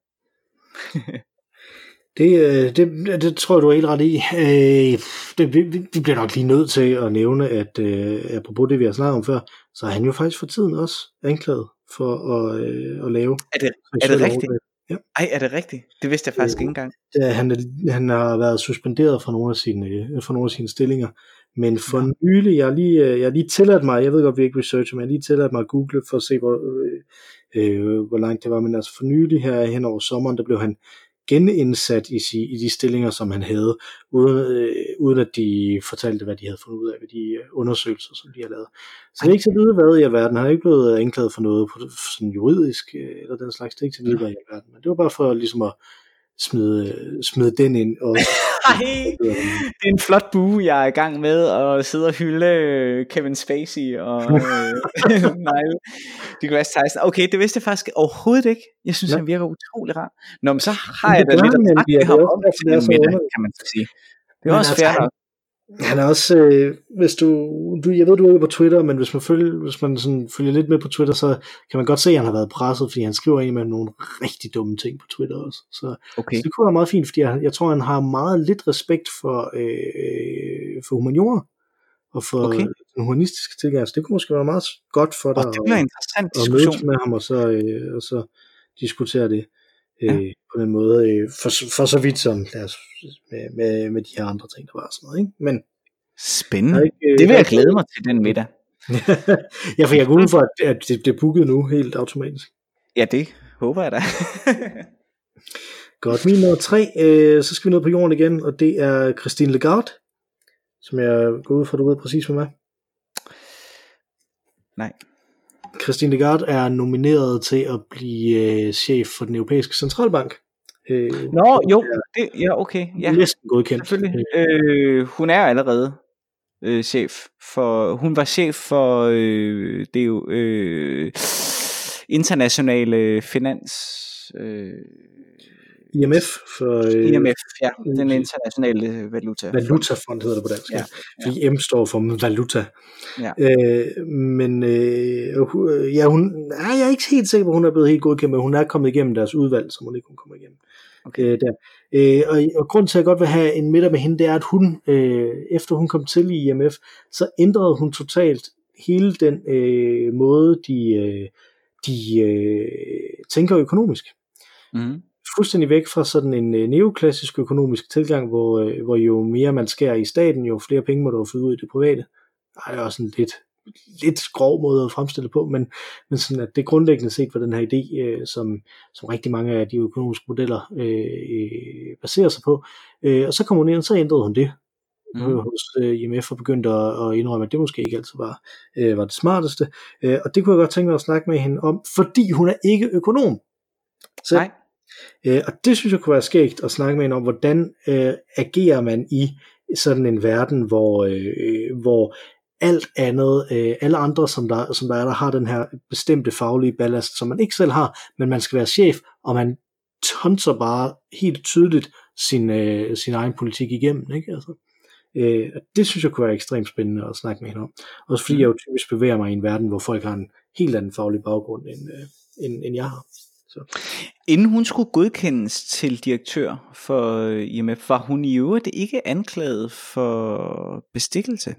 Det, det, det tror jeg, du er helt ret i. Øh, det, vi, vi bliver nok lige nødt til at nævne, at øh, apropos det, vi har snakket om før, så er han jo faktisk for tiden også anklaget for at, øh, at lave. Er det, er det rigtigt? Ja. Ej, er det rigtigt? Det vidste jeg faktisk øh, ikke engang. Ja, han, han har været suspenderet fra nogle af sine, fra nogle af sine stillinger. Men for ja. nylig, jeg har lige, jeg har lige tilladt mig, jeg ved godt, vi ikke researcher, men jeg har lige tilladt mig at google for at se, hvor, øh, hvor langt det var. Men altså for nylig her hen over sommeren, der blev han genindsat i, si, i de stillinger, som han havde, uden, øh, uden at de fortalte, hvad de havde fundet ud af ved de undersøgelser, som de har lavet. Så det er ikke så vidt hvad i alverden. Han har ikke blevet anklaget for noget på sådan juridisk, eller den slags. Det er ikke så vidt hvad i alverden. Men det var bare for ligesom at smide, smide den ind. Og Ej, det er en flot bue, jeg er i gang med at sidde og hylde Kevin Spacey og øh, nej, det kan være Tyson. Okay, det vidste jeg faktisk overhovedet ikke. Jeg synes, ja. han virker utrolig rar. Nå, men så har jeg da lidt at snakke med ham om til den middag, kan man så sige. Det er også fair nok. Han er også, øh, hvis du, du, jeg ved du er ikke på Twitter, men hvis man følger, hvis man sådan følger lidt med på Twitter, så kan man godt se, at han har været presset, fordi han skriver ind med nogle rigtig dumme ting på Twitter også. Så, okay. så det kunne være meget fint, fordi jeg, jeg tror, han har meget lidt respekt for, øh, for humaniora og for okay. den humanistiske tilgang. Så det kunne måske være meget godt for dig. Og det bliver en interessant og, diskussion. Og mødes med ham og så, øh, og så diskutere det. Ja. Øh, på den måde, øh, for, for så vidt som os, med, med, med de her andre ting, der var sådan noget, ikke? Men spændende. Ikke, øh, det vil jeg glæde mig til den middag. Ja, for jeg går ud for, at, at det, det er booket nu helt automatisk. Ja, det håber jeg da. Godt, min nummer tre, øh, så skal vi ned på jorden igen, og det er Christine Lagarde, som jeg går ud fra, du ved præcis hvad med. Nej. Christine Lagarde er nomineret til at blive øh, chef for den europæiske centralbank. Øh, Nå, jo, det, ja, okay. Ja. Næsten godkendt. Selvfølgelig. Øh, hun er allerede øh, chef for, hun var chef for øh, det jo øh, internationale finans øh, I M F for øh, I M F, ja, den internationale valuta. Valutafond hedder det på dansk. Ja, ja. Fordi M står for valuta. Ja. Øh, men øh, ja, hun, nej, jeg er ikke helt sikker på, hun er blevet helt godkendt, men hun er kommet igennem deres udvalg, så hun ikke kunne komme igennem. Okay. Øh, der. Øh, og, og grunden til, at jeg godt vil have en middag med hende, det er, at hun, øh, efter hun kom til i I M F, så ændrede hun totalt hele den øh, måde, de, øh, de øh, tænker økonomisk. Mm. Fuldstændig væk fra sådan en øh, neoklassisk økonomisk tilgang, hvor, øh, hvor jo mere man skærer i staten, jo flere penge må du få ud i det private. Det er også en lidt, lidt grov måde at fremstille på, men, men sådan at det grundlæggende set var den her idé, øh, som, som rigtig mange af de økonomiske modeller øh, baserer sig på. Øh, og så kom hun ind, og så ændrede hun det mm. hos øh, I M F og begyndte at, at indrømme, at det måske ikke altid var, øh, var det smarteste. Øh, og det kunne jeg godt tænke mig at snakke med hende om, fordi hun er ikke økonom. Så, Nej. Øh, og det synes jeg kunne være skægt at snakke med hende om, hvordan øh, agerer man i sådan en verden, hvor, øh, hvor alt andet, øh, alle andre, som der, som der er, der har den her bestemte faglige ballast, som man ikke selv har, men man skal være chef, og man tonser bare helt tydeligt sin, øh, sin egen politik igennem, ikke? Altså, øh, det synes jeg kunne være ekstremt spændende at snakke med hende om. Også fordi jeg jo typisk bevæger mig i en verden, hvor folk har en helt anden faglig baggrund, end, øh, end, end jeg har. Så. Inden hun skulle godkendes til direktør for I M F, var hun i øvrigt ikke anklaget for bestikkelse?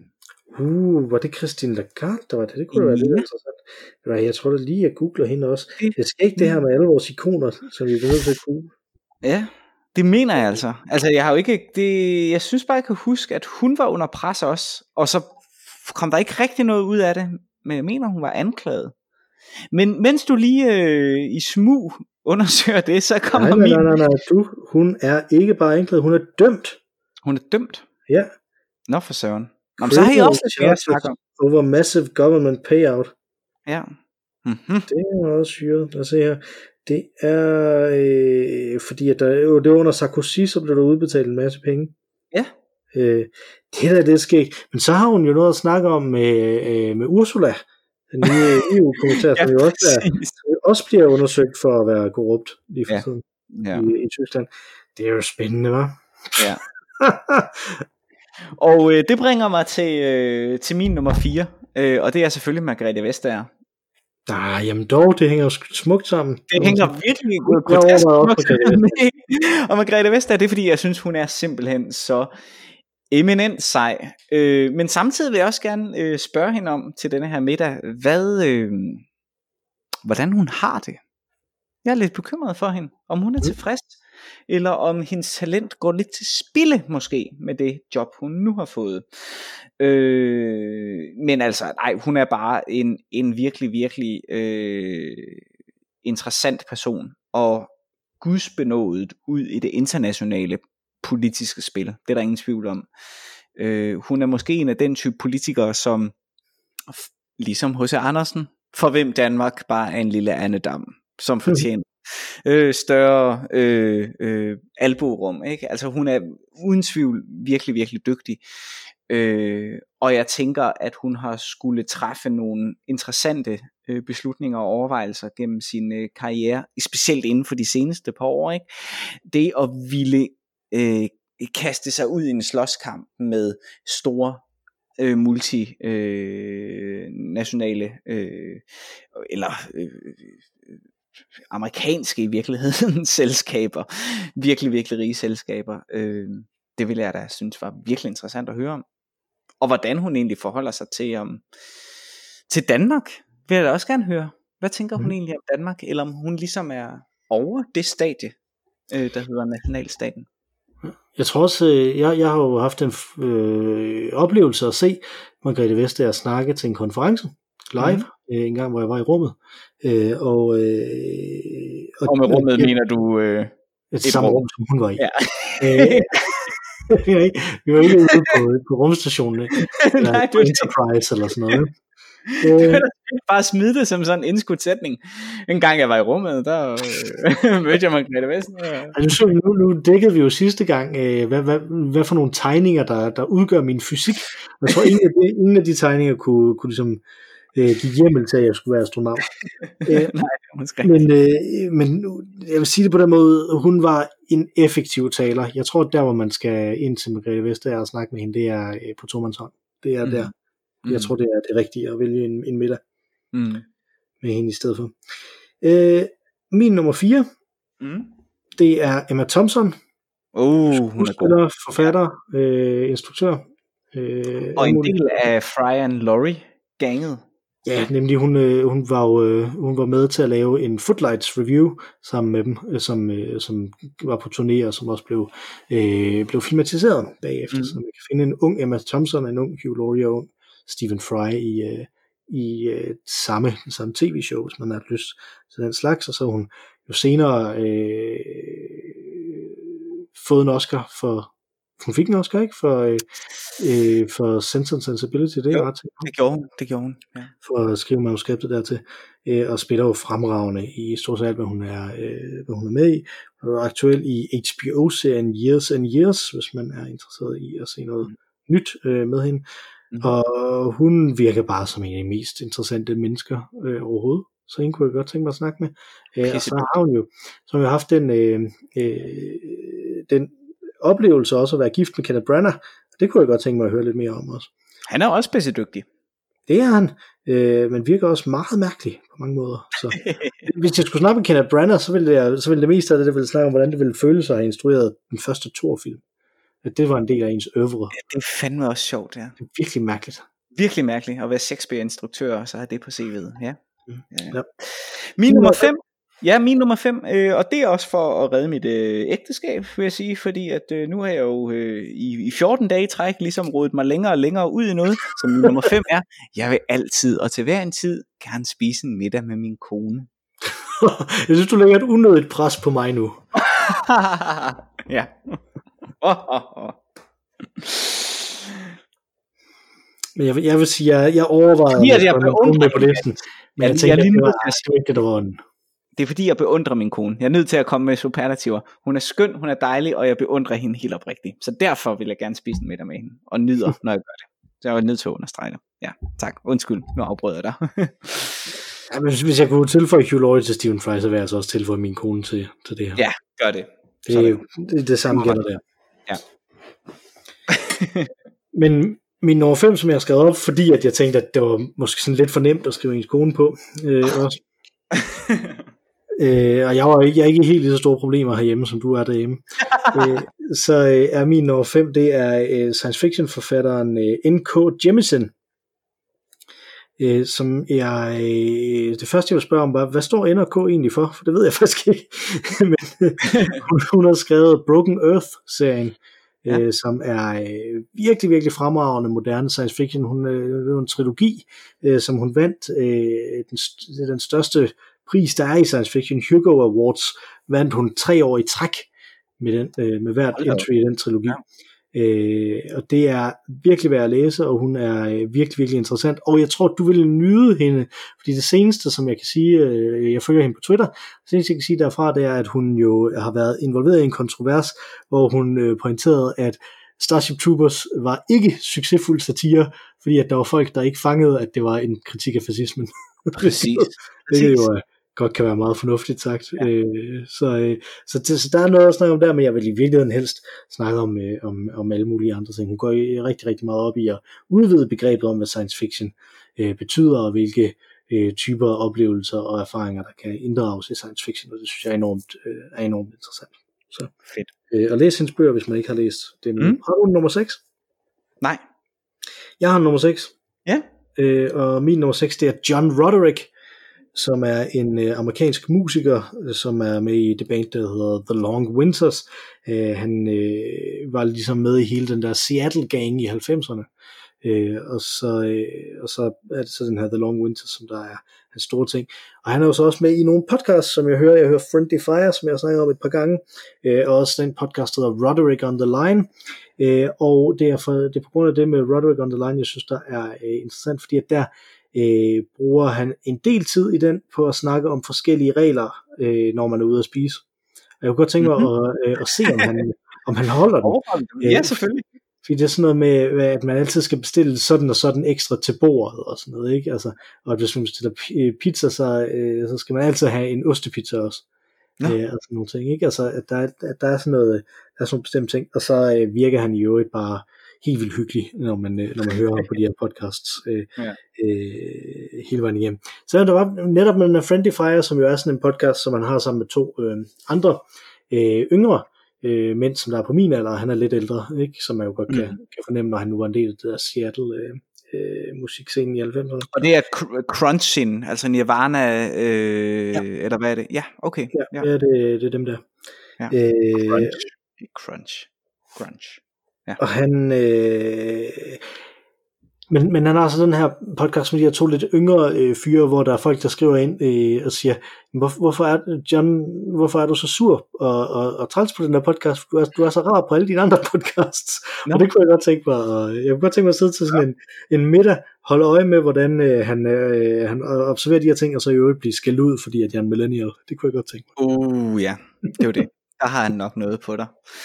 Uh, var det Christine Lagarde, der var det? Det kunne ja. være lidt interessant. Jeg tror da lige, at jeg googler hende også. Jeg skal ikke det her med alle vores ikoner, som vi er nødt til at google. Ja, det mener jeg altså. Altså, jeg har jo ikke, det, jeg synes bare, jeg kan huske, at hun var under pres også, og så kom der ikke rigtig noget ud af det, men jeg mener, hun var anklaget. Men mens du lige øh, i smug undersøger det, så kommer nej, min... Nej, nej, nej, du, hun er ikke bare anklaget, hun er dømt. Hun er dømt? Ja. Nå for søren. Nå, så har I også lidt mere at snakke om. Over massive government payout. Ja. Mm-hmm. Det er også syret. Lad os se her. Det er, øh, fordi at der, jo, det var under Sarkozy, så blev der udbetalt en masse penge. Ja. Øh, det der, det sker ikke. Men så har hun jo noget at snakke om med, øh, med Ursula, den nye E U-kommissær, som ja, jo også, er, også bliver undersøgt for at være korrupt lige for ja. tiden ja. i, i Tyskland. Det er jo spændende, hva'? Ja. Og øh, det bringer mig til, øh, til min nummer fire, øh, og det er selvfølgelig Margrethe Vestager. Nej, jamen dog, det hænger jo smukt sammen. Det hænger virkelig grotesk smukt. Og Margrethe Vestager, det er fordi, jeg synes, hun er simpelthen så eminent sej. Øh, men samtidig vil jeg også gerne øh, spørge hende om til denne her middag, hvad, øh, hvordan hun har det. Jeg er lidt bekymret for hende, om hun er tilfreds, eller om hendes talent går lidt til spilde måske med det job, hun nu har fået. Øh, men altså, nej, hun er bare en, en virkelig, virkelig øh, interessant person, og gudsbenådet ud i det internationale politiske spil. Det er der ingen tvivl om. Øh, hun er måske en af den type politikere, som ligesom H C Andersen, for hvem Danmark bare er en lille andedam, som fortjener øh, større øh, øh, albuerum, ikke? Altså hun er uden tvivl virkelig, virkelig dygtig. Øh, og jeg tænker, at hun har skulle træffe nogle interessante øh, beslutninger og overvejelser gennem sin øh, karriere, specielt inden for de seneste par år, ikke? Det at ville øh, kaste sig ud i en slåskamp med store øh, multinationale øh, øh, eller øh, amerikanske i virkeligheden selskaber, virkelig, virkelig rige selskaber. Øh, det ville jeg da synes var virkelig interessant at høre om. Og hvordan hun egentlig forholder sig til, um, til Danmark, vil jeg da også gerne høre. Hvad tænker hun mm. egentlig om Danmark, eller om hun ligesom er over det stadie, øh, der hedder nationalstaten? Jeg tror også, jeg, jeg har jo haft en øh, oplevelse at se Margrethe Vestager snakke til en konference live, mm. øh, en gang hvor jeg var i rummet. Øh, og, øh, og, og med rummet øh, mener du øh, et samme rum, som hun var i. Ja. øh, vi var ikke, vi var ikke ude på, på rumstationen, eller Nej, på Enterprise eller sådan noget. Øh, bare smide det som sådan en indskudsætning. En gang jeg var i rummet, der øh, mødte jeg Margrethe Vestager. Altså, nu, nu dækkede vi jo sidste gang, øh, hvad, hvad, hvad for nogle tegninger, der, der udgør min fysik. Jeg tror, ingen af de, ingen af de tegninger kunne, kunne ligesom øh, give hjemmel til, at jeg skulle være astronaut. øh, Nej, men, øh, men jeg vil sige det på den måde, hun var en effektiv taler. Jeg tror, der hvor man skal ind til Margrethe Vestager og snakke med hende, det er øh, på tomandshånd. Det er mm. der. Jeg mm. tror, det er det rigtige at vælge en, en middag mm. med hende i stedet for. Øh, min nummer fire, mm. det er Emma Thompson. Oh, hun er god. Forfatter, øh, instruktør. Øh, og en del af Fry and Laurie ganget. Ja, nemlig hun, øh, hun, var jo, øh, hun var med til at lave en Footlights review sammen med dem, øh, som, øh, som var på turné, og som også blev, øh, blev filmatiseret bagefter. Mm. Så man kan finde en ung Emma Thompson, en ung Hugh Laurie og ung Stephen Fry i, øh, i øh, samme, samme tv-show, hvis man har lyst til den slags. Og så hun jo senere øh, fået en Oscar for, hun fik en Oscar, ikke? For, øh, for Sense and Sensibility, det er ret til. Det gjorde hun, det gjorde hun. Ja. For at skrive manuskriptet dertil, øh, og spiller jo fremragende i stort set, hvad hun er, øh, hvad hun er med i. Hun er aktuel i H B O-serien Years and Years, hvis man er interesseret i at se noget mm. nyt øh, med hende. Mm. Og hun virker bare som en af de mest interessante mennesker øh, overhovedet. Så hende kunne jeg godt tænke mig at snakke med. Øh, og så har hun jo, så har hun jo haft den, øh, øh, den oplevelse også at være gift med Kenneth Branagh. Det kunne jeg godt tænke mig at høre lidt mere om også. Han er også pissedygtig. Det er han, øh, men virker også meget mærkelig på mange måder. Så hvis jeg skulle snakke med Kenneth Branagh, så ville, jeg, så ville det meste af det, det ville snakke om, hvordan det ville føle sig at have instrueret den første Thor-film. At det var en del af ens øvre. Ja, det er fandme også sjovt, ja. Det er virkelig mærkeligt. Virkelig mærkeligt at være Shakespeare-instruktør, og så har det på C V'et. Ja. Mm. Ja. Min nummer fem. Ja, min nummer fem, øh, og det er også for at redde mit øh, ægteskab, vil jeg sige, fordi at øh, nu har jeg jo øh, i, i fjorten dage i træk ligesom rodet mig længere og længere ud i noget, så min nummer fem er, jeg vil altid og til hver en tid gerne spise en middag med min kone. Jeg synes, du lægger et unødigt pres på mig nu. Ja. Oh, oh, oh. Men jeg, jeg vil sige, jeg, jeg overvejede ja, det, at komme med på listen, men jeg, jeg tænkte, jeg, det var ikke det, der var den. Det er fordi, jeg beundrer min kone. Jeg er nødt til at komme med superlativer. Hun er skøn, hun er dejlig, og jeg beundrer hende helt oprigtigt. Så derfor vil jeg gerne spise en middag med hende, og nyder, når jeg gør det. Så jeg var nødt til at understrege det. Ja, tak. Undskyld, nu afbrød jeg dig. Ja, men hvis jeg kunne tilføje Hugh Laurie til Stephen Fry, så vil jeg altså også tilføje min kone til, til det her. Ja, gør det. Det er jo det, det samme gælder der. Ja. Men Min nummer fem, som jeg har skrevet op, fordi at jeg tænkte, at det var måske sådan lidt for nemt at skrive ens kone på. Øh, også. øh, og jeg var ikke, jeg er ikke helt lige så store problemer herhjemme, som du er derhjemme. øh, så øh, er min nummer fem, det er øh, science fiction forfatteren øh, N K Jemisin. Øh, som jeg, øh, det første jeg vil spørge om var, hvad står N K egentlig for? For det ved jeg faktisk ikke. Men hun, hun har skrevet Broken Earth-serien, ja. øh, som er øh, virkelig, virkelig fremragende moderne science fiction. Hun øh, er en trilogi, øh, som hun vandt. Øh, den, den største pris, der er i science fiction, Hugo Awards, vandt hun tre år i træk med, den, øh, med hvert entry i den trilogi. Ja. Øh, og det er virkelig værd at læse, og hun er øh, virkelig, virkelig interessant, og jeg tror, du vil nyde hende, fordi det seneste, som jeg kan sige, øh, jeg følger hende på Twitter, det seneste, jeg kan sige derfra, det er, at hun jo har været involveret i en kontrovers, hvor hun øh, pointerede, at Starship Troopers var ikke succesfuld satire, fordi at der var folk, der ikke fangede, at det var en kritik af fascismen. Præcis. Det er jo godt kan være meget fornuftigt sagt. Ja. Øh, så, øh, så, det, så der er noget at snakke om der, men jeg vil i virkeligheden helst snakke om, øh, om, om alle mulige andre ting. Hun går rigtig, rigtig meget op i at udvide begrebet om, hvad science fiction øh, betyder, og hvilke øh, typer af oplevelser og erfaringer, der kan inddrages i science fiction, og det synes jeg er enormt, øh, er enormt interessant. Så, fedt. Øh, og læs hendes bøger, hvis man ikke har læst dem. Mm. Har du nummer seks? Nej. Jeg har nummer seks. Ja. Øh, og min nummer seks, det er John Roderick, som er en øh, amerikansk musiker, som er med i det band, der hedder The Long Winters. Øh, han øh, var ligesom med i hele den der Seattle-gang i halvfemserne. Øh, og, så, øh, og så er det så den her The Long Winters, som der er hans store ting. Og han er jo så også med i nogle podcasts, som jeg hører. Jeg hører Friendly Fire, som jeg har snakket om et par gange. Øh, og også den podcast, der hedder Roderick on the Line. Øh, og det er, for, det er på grund af det med Roderick on the Line, jeg synes, der er øh, interessant, fordi at der Øh, bruger han en del tid i den på at snakke om forskellige regler, øh, når man er ude at spise. Og jeg kunne godt tænke mig mm-hmm. at, øh, at se, om han, om han holder den. Ja, selvfølgelig. Fordi det er sådan noget med, at man altid skal bestille sådan og sådan ekstra til bordet og sådan noget, ikke? Altså, og hvis man bestiller pizza, så, øh, så skal man altid have en ostepizza også. Øh, og sådan nogle ting, ikke? Altså, at der, at der er sådan noget, der er sådan nogle bestemte ting, og så øh, virker han jo ikke bare helt vildt hyggelig, når man, når man hører ham på de her podcasts øh, ja. øh, hele vejen igennem. Så der var netop med den Friendly Fire, som jo er sådan en podcast, som man har sammen med to øh, andre øh, yngre øh, mænd, som der er på min alder, han er lidt ældre, ikke? Som man jo godt kan, mm. kan fornemme, når han nu var en del af det der Seattle øh, øh, musikscenen i halvfemserne. Og det er Crunchin, altså Nirvana, øh, ja. Eller hvad er det? Ja, okay. Ja, ja. Det, det er dem der. Ja. Øh, Crunch. Crunch. Crunch. Ja. Og han øh, men, men han har så den her podcast med de her to lidt yngre øh, fyre, hvor der er folk, der skriver ind øh, og siger, hvor, hvorfor, er, John, hvorfor er du så sur og, og, og træls på den der podcast? Du er, du er så rar på alle dine andre podcasts. No. Og det kunne jeg godt tænke mig. Og jeg kunne godt tænke mig at sidde til sådan ja. en, en middag, holde øje med, hvordan øh, han, øh, han observerer de her ting, og så i øvrigt blive skældt ud, fordi at jeg er en millennial. Det kunne jeg godt tænke mig. Uh ja, det var det. Der har han nok noget på dig.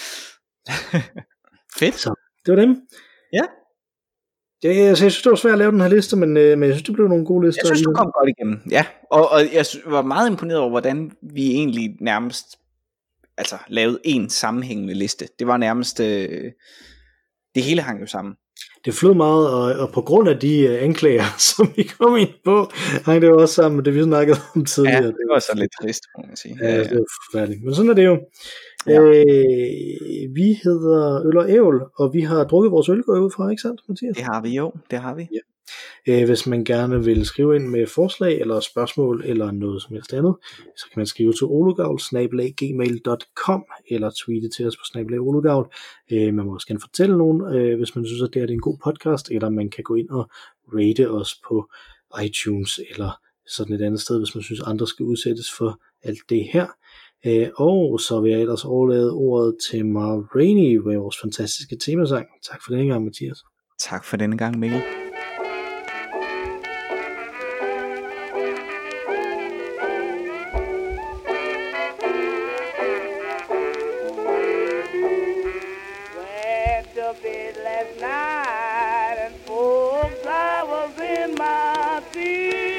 Fedt. Så det var dem. Ja. Ja, jeg synes, det var svært at lave den her liste, men, øh, men jeg synes, det blev nogle gode lister. Jeg synes, du kom godt igennem, ja. Og, og jeg var meget imponeret over, hvordan vi egentlig nærmest altså, lavede en sammenhængende liste. Det var nærmest, øh, det hele hang jo sammen. Det flød meget, og, og på grund af de uh, anklager, som vi kom ind på, hang det jo også sammen med det, vi snakkede om tidligere. Ja, det var så lidt trist, må man sige. Ja, ja, ja. Det var forfærdeligt. Men sådan er det jo. Ja. Øh, vi hedder Øl og Ævl, og vi har drukket vores øl, går ud fra, ikke sandt, Mathias? Det har vi jo, det har vi. Ja. Øh, hvis man gerne vil skrive ind med forslag eller spørgsmål eller noget som helst andet, så kan man skrive til olugavl snabel-a gmail punktum com eller tweete til os på snabel-a olugavl. Øh, man må også gerne fortælle nogen, øh, hvis man synes, at det er en god podcast, eller man kan gå ind og rate os på iTunes eller sådan et andet sted, hvis man synes, andre skal udsættes for alt det her. Øh, og så vil jeg ellers overlade ordet til Ma Rainey med vores fantastiske temasang. Tak for denne gang, Mathias. Tak for denne gang, Mikkel. Last night and folks, I was in my seat.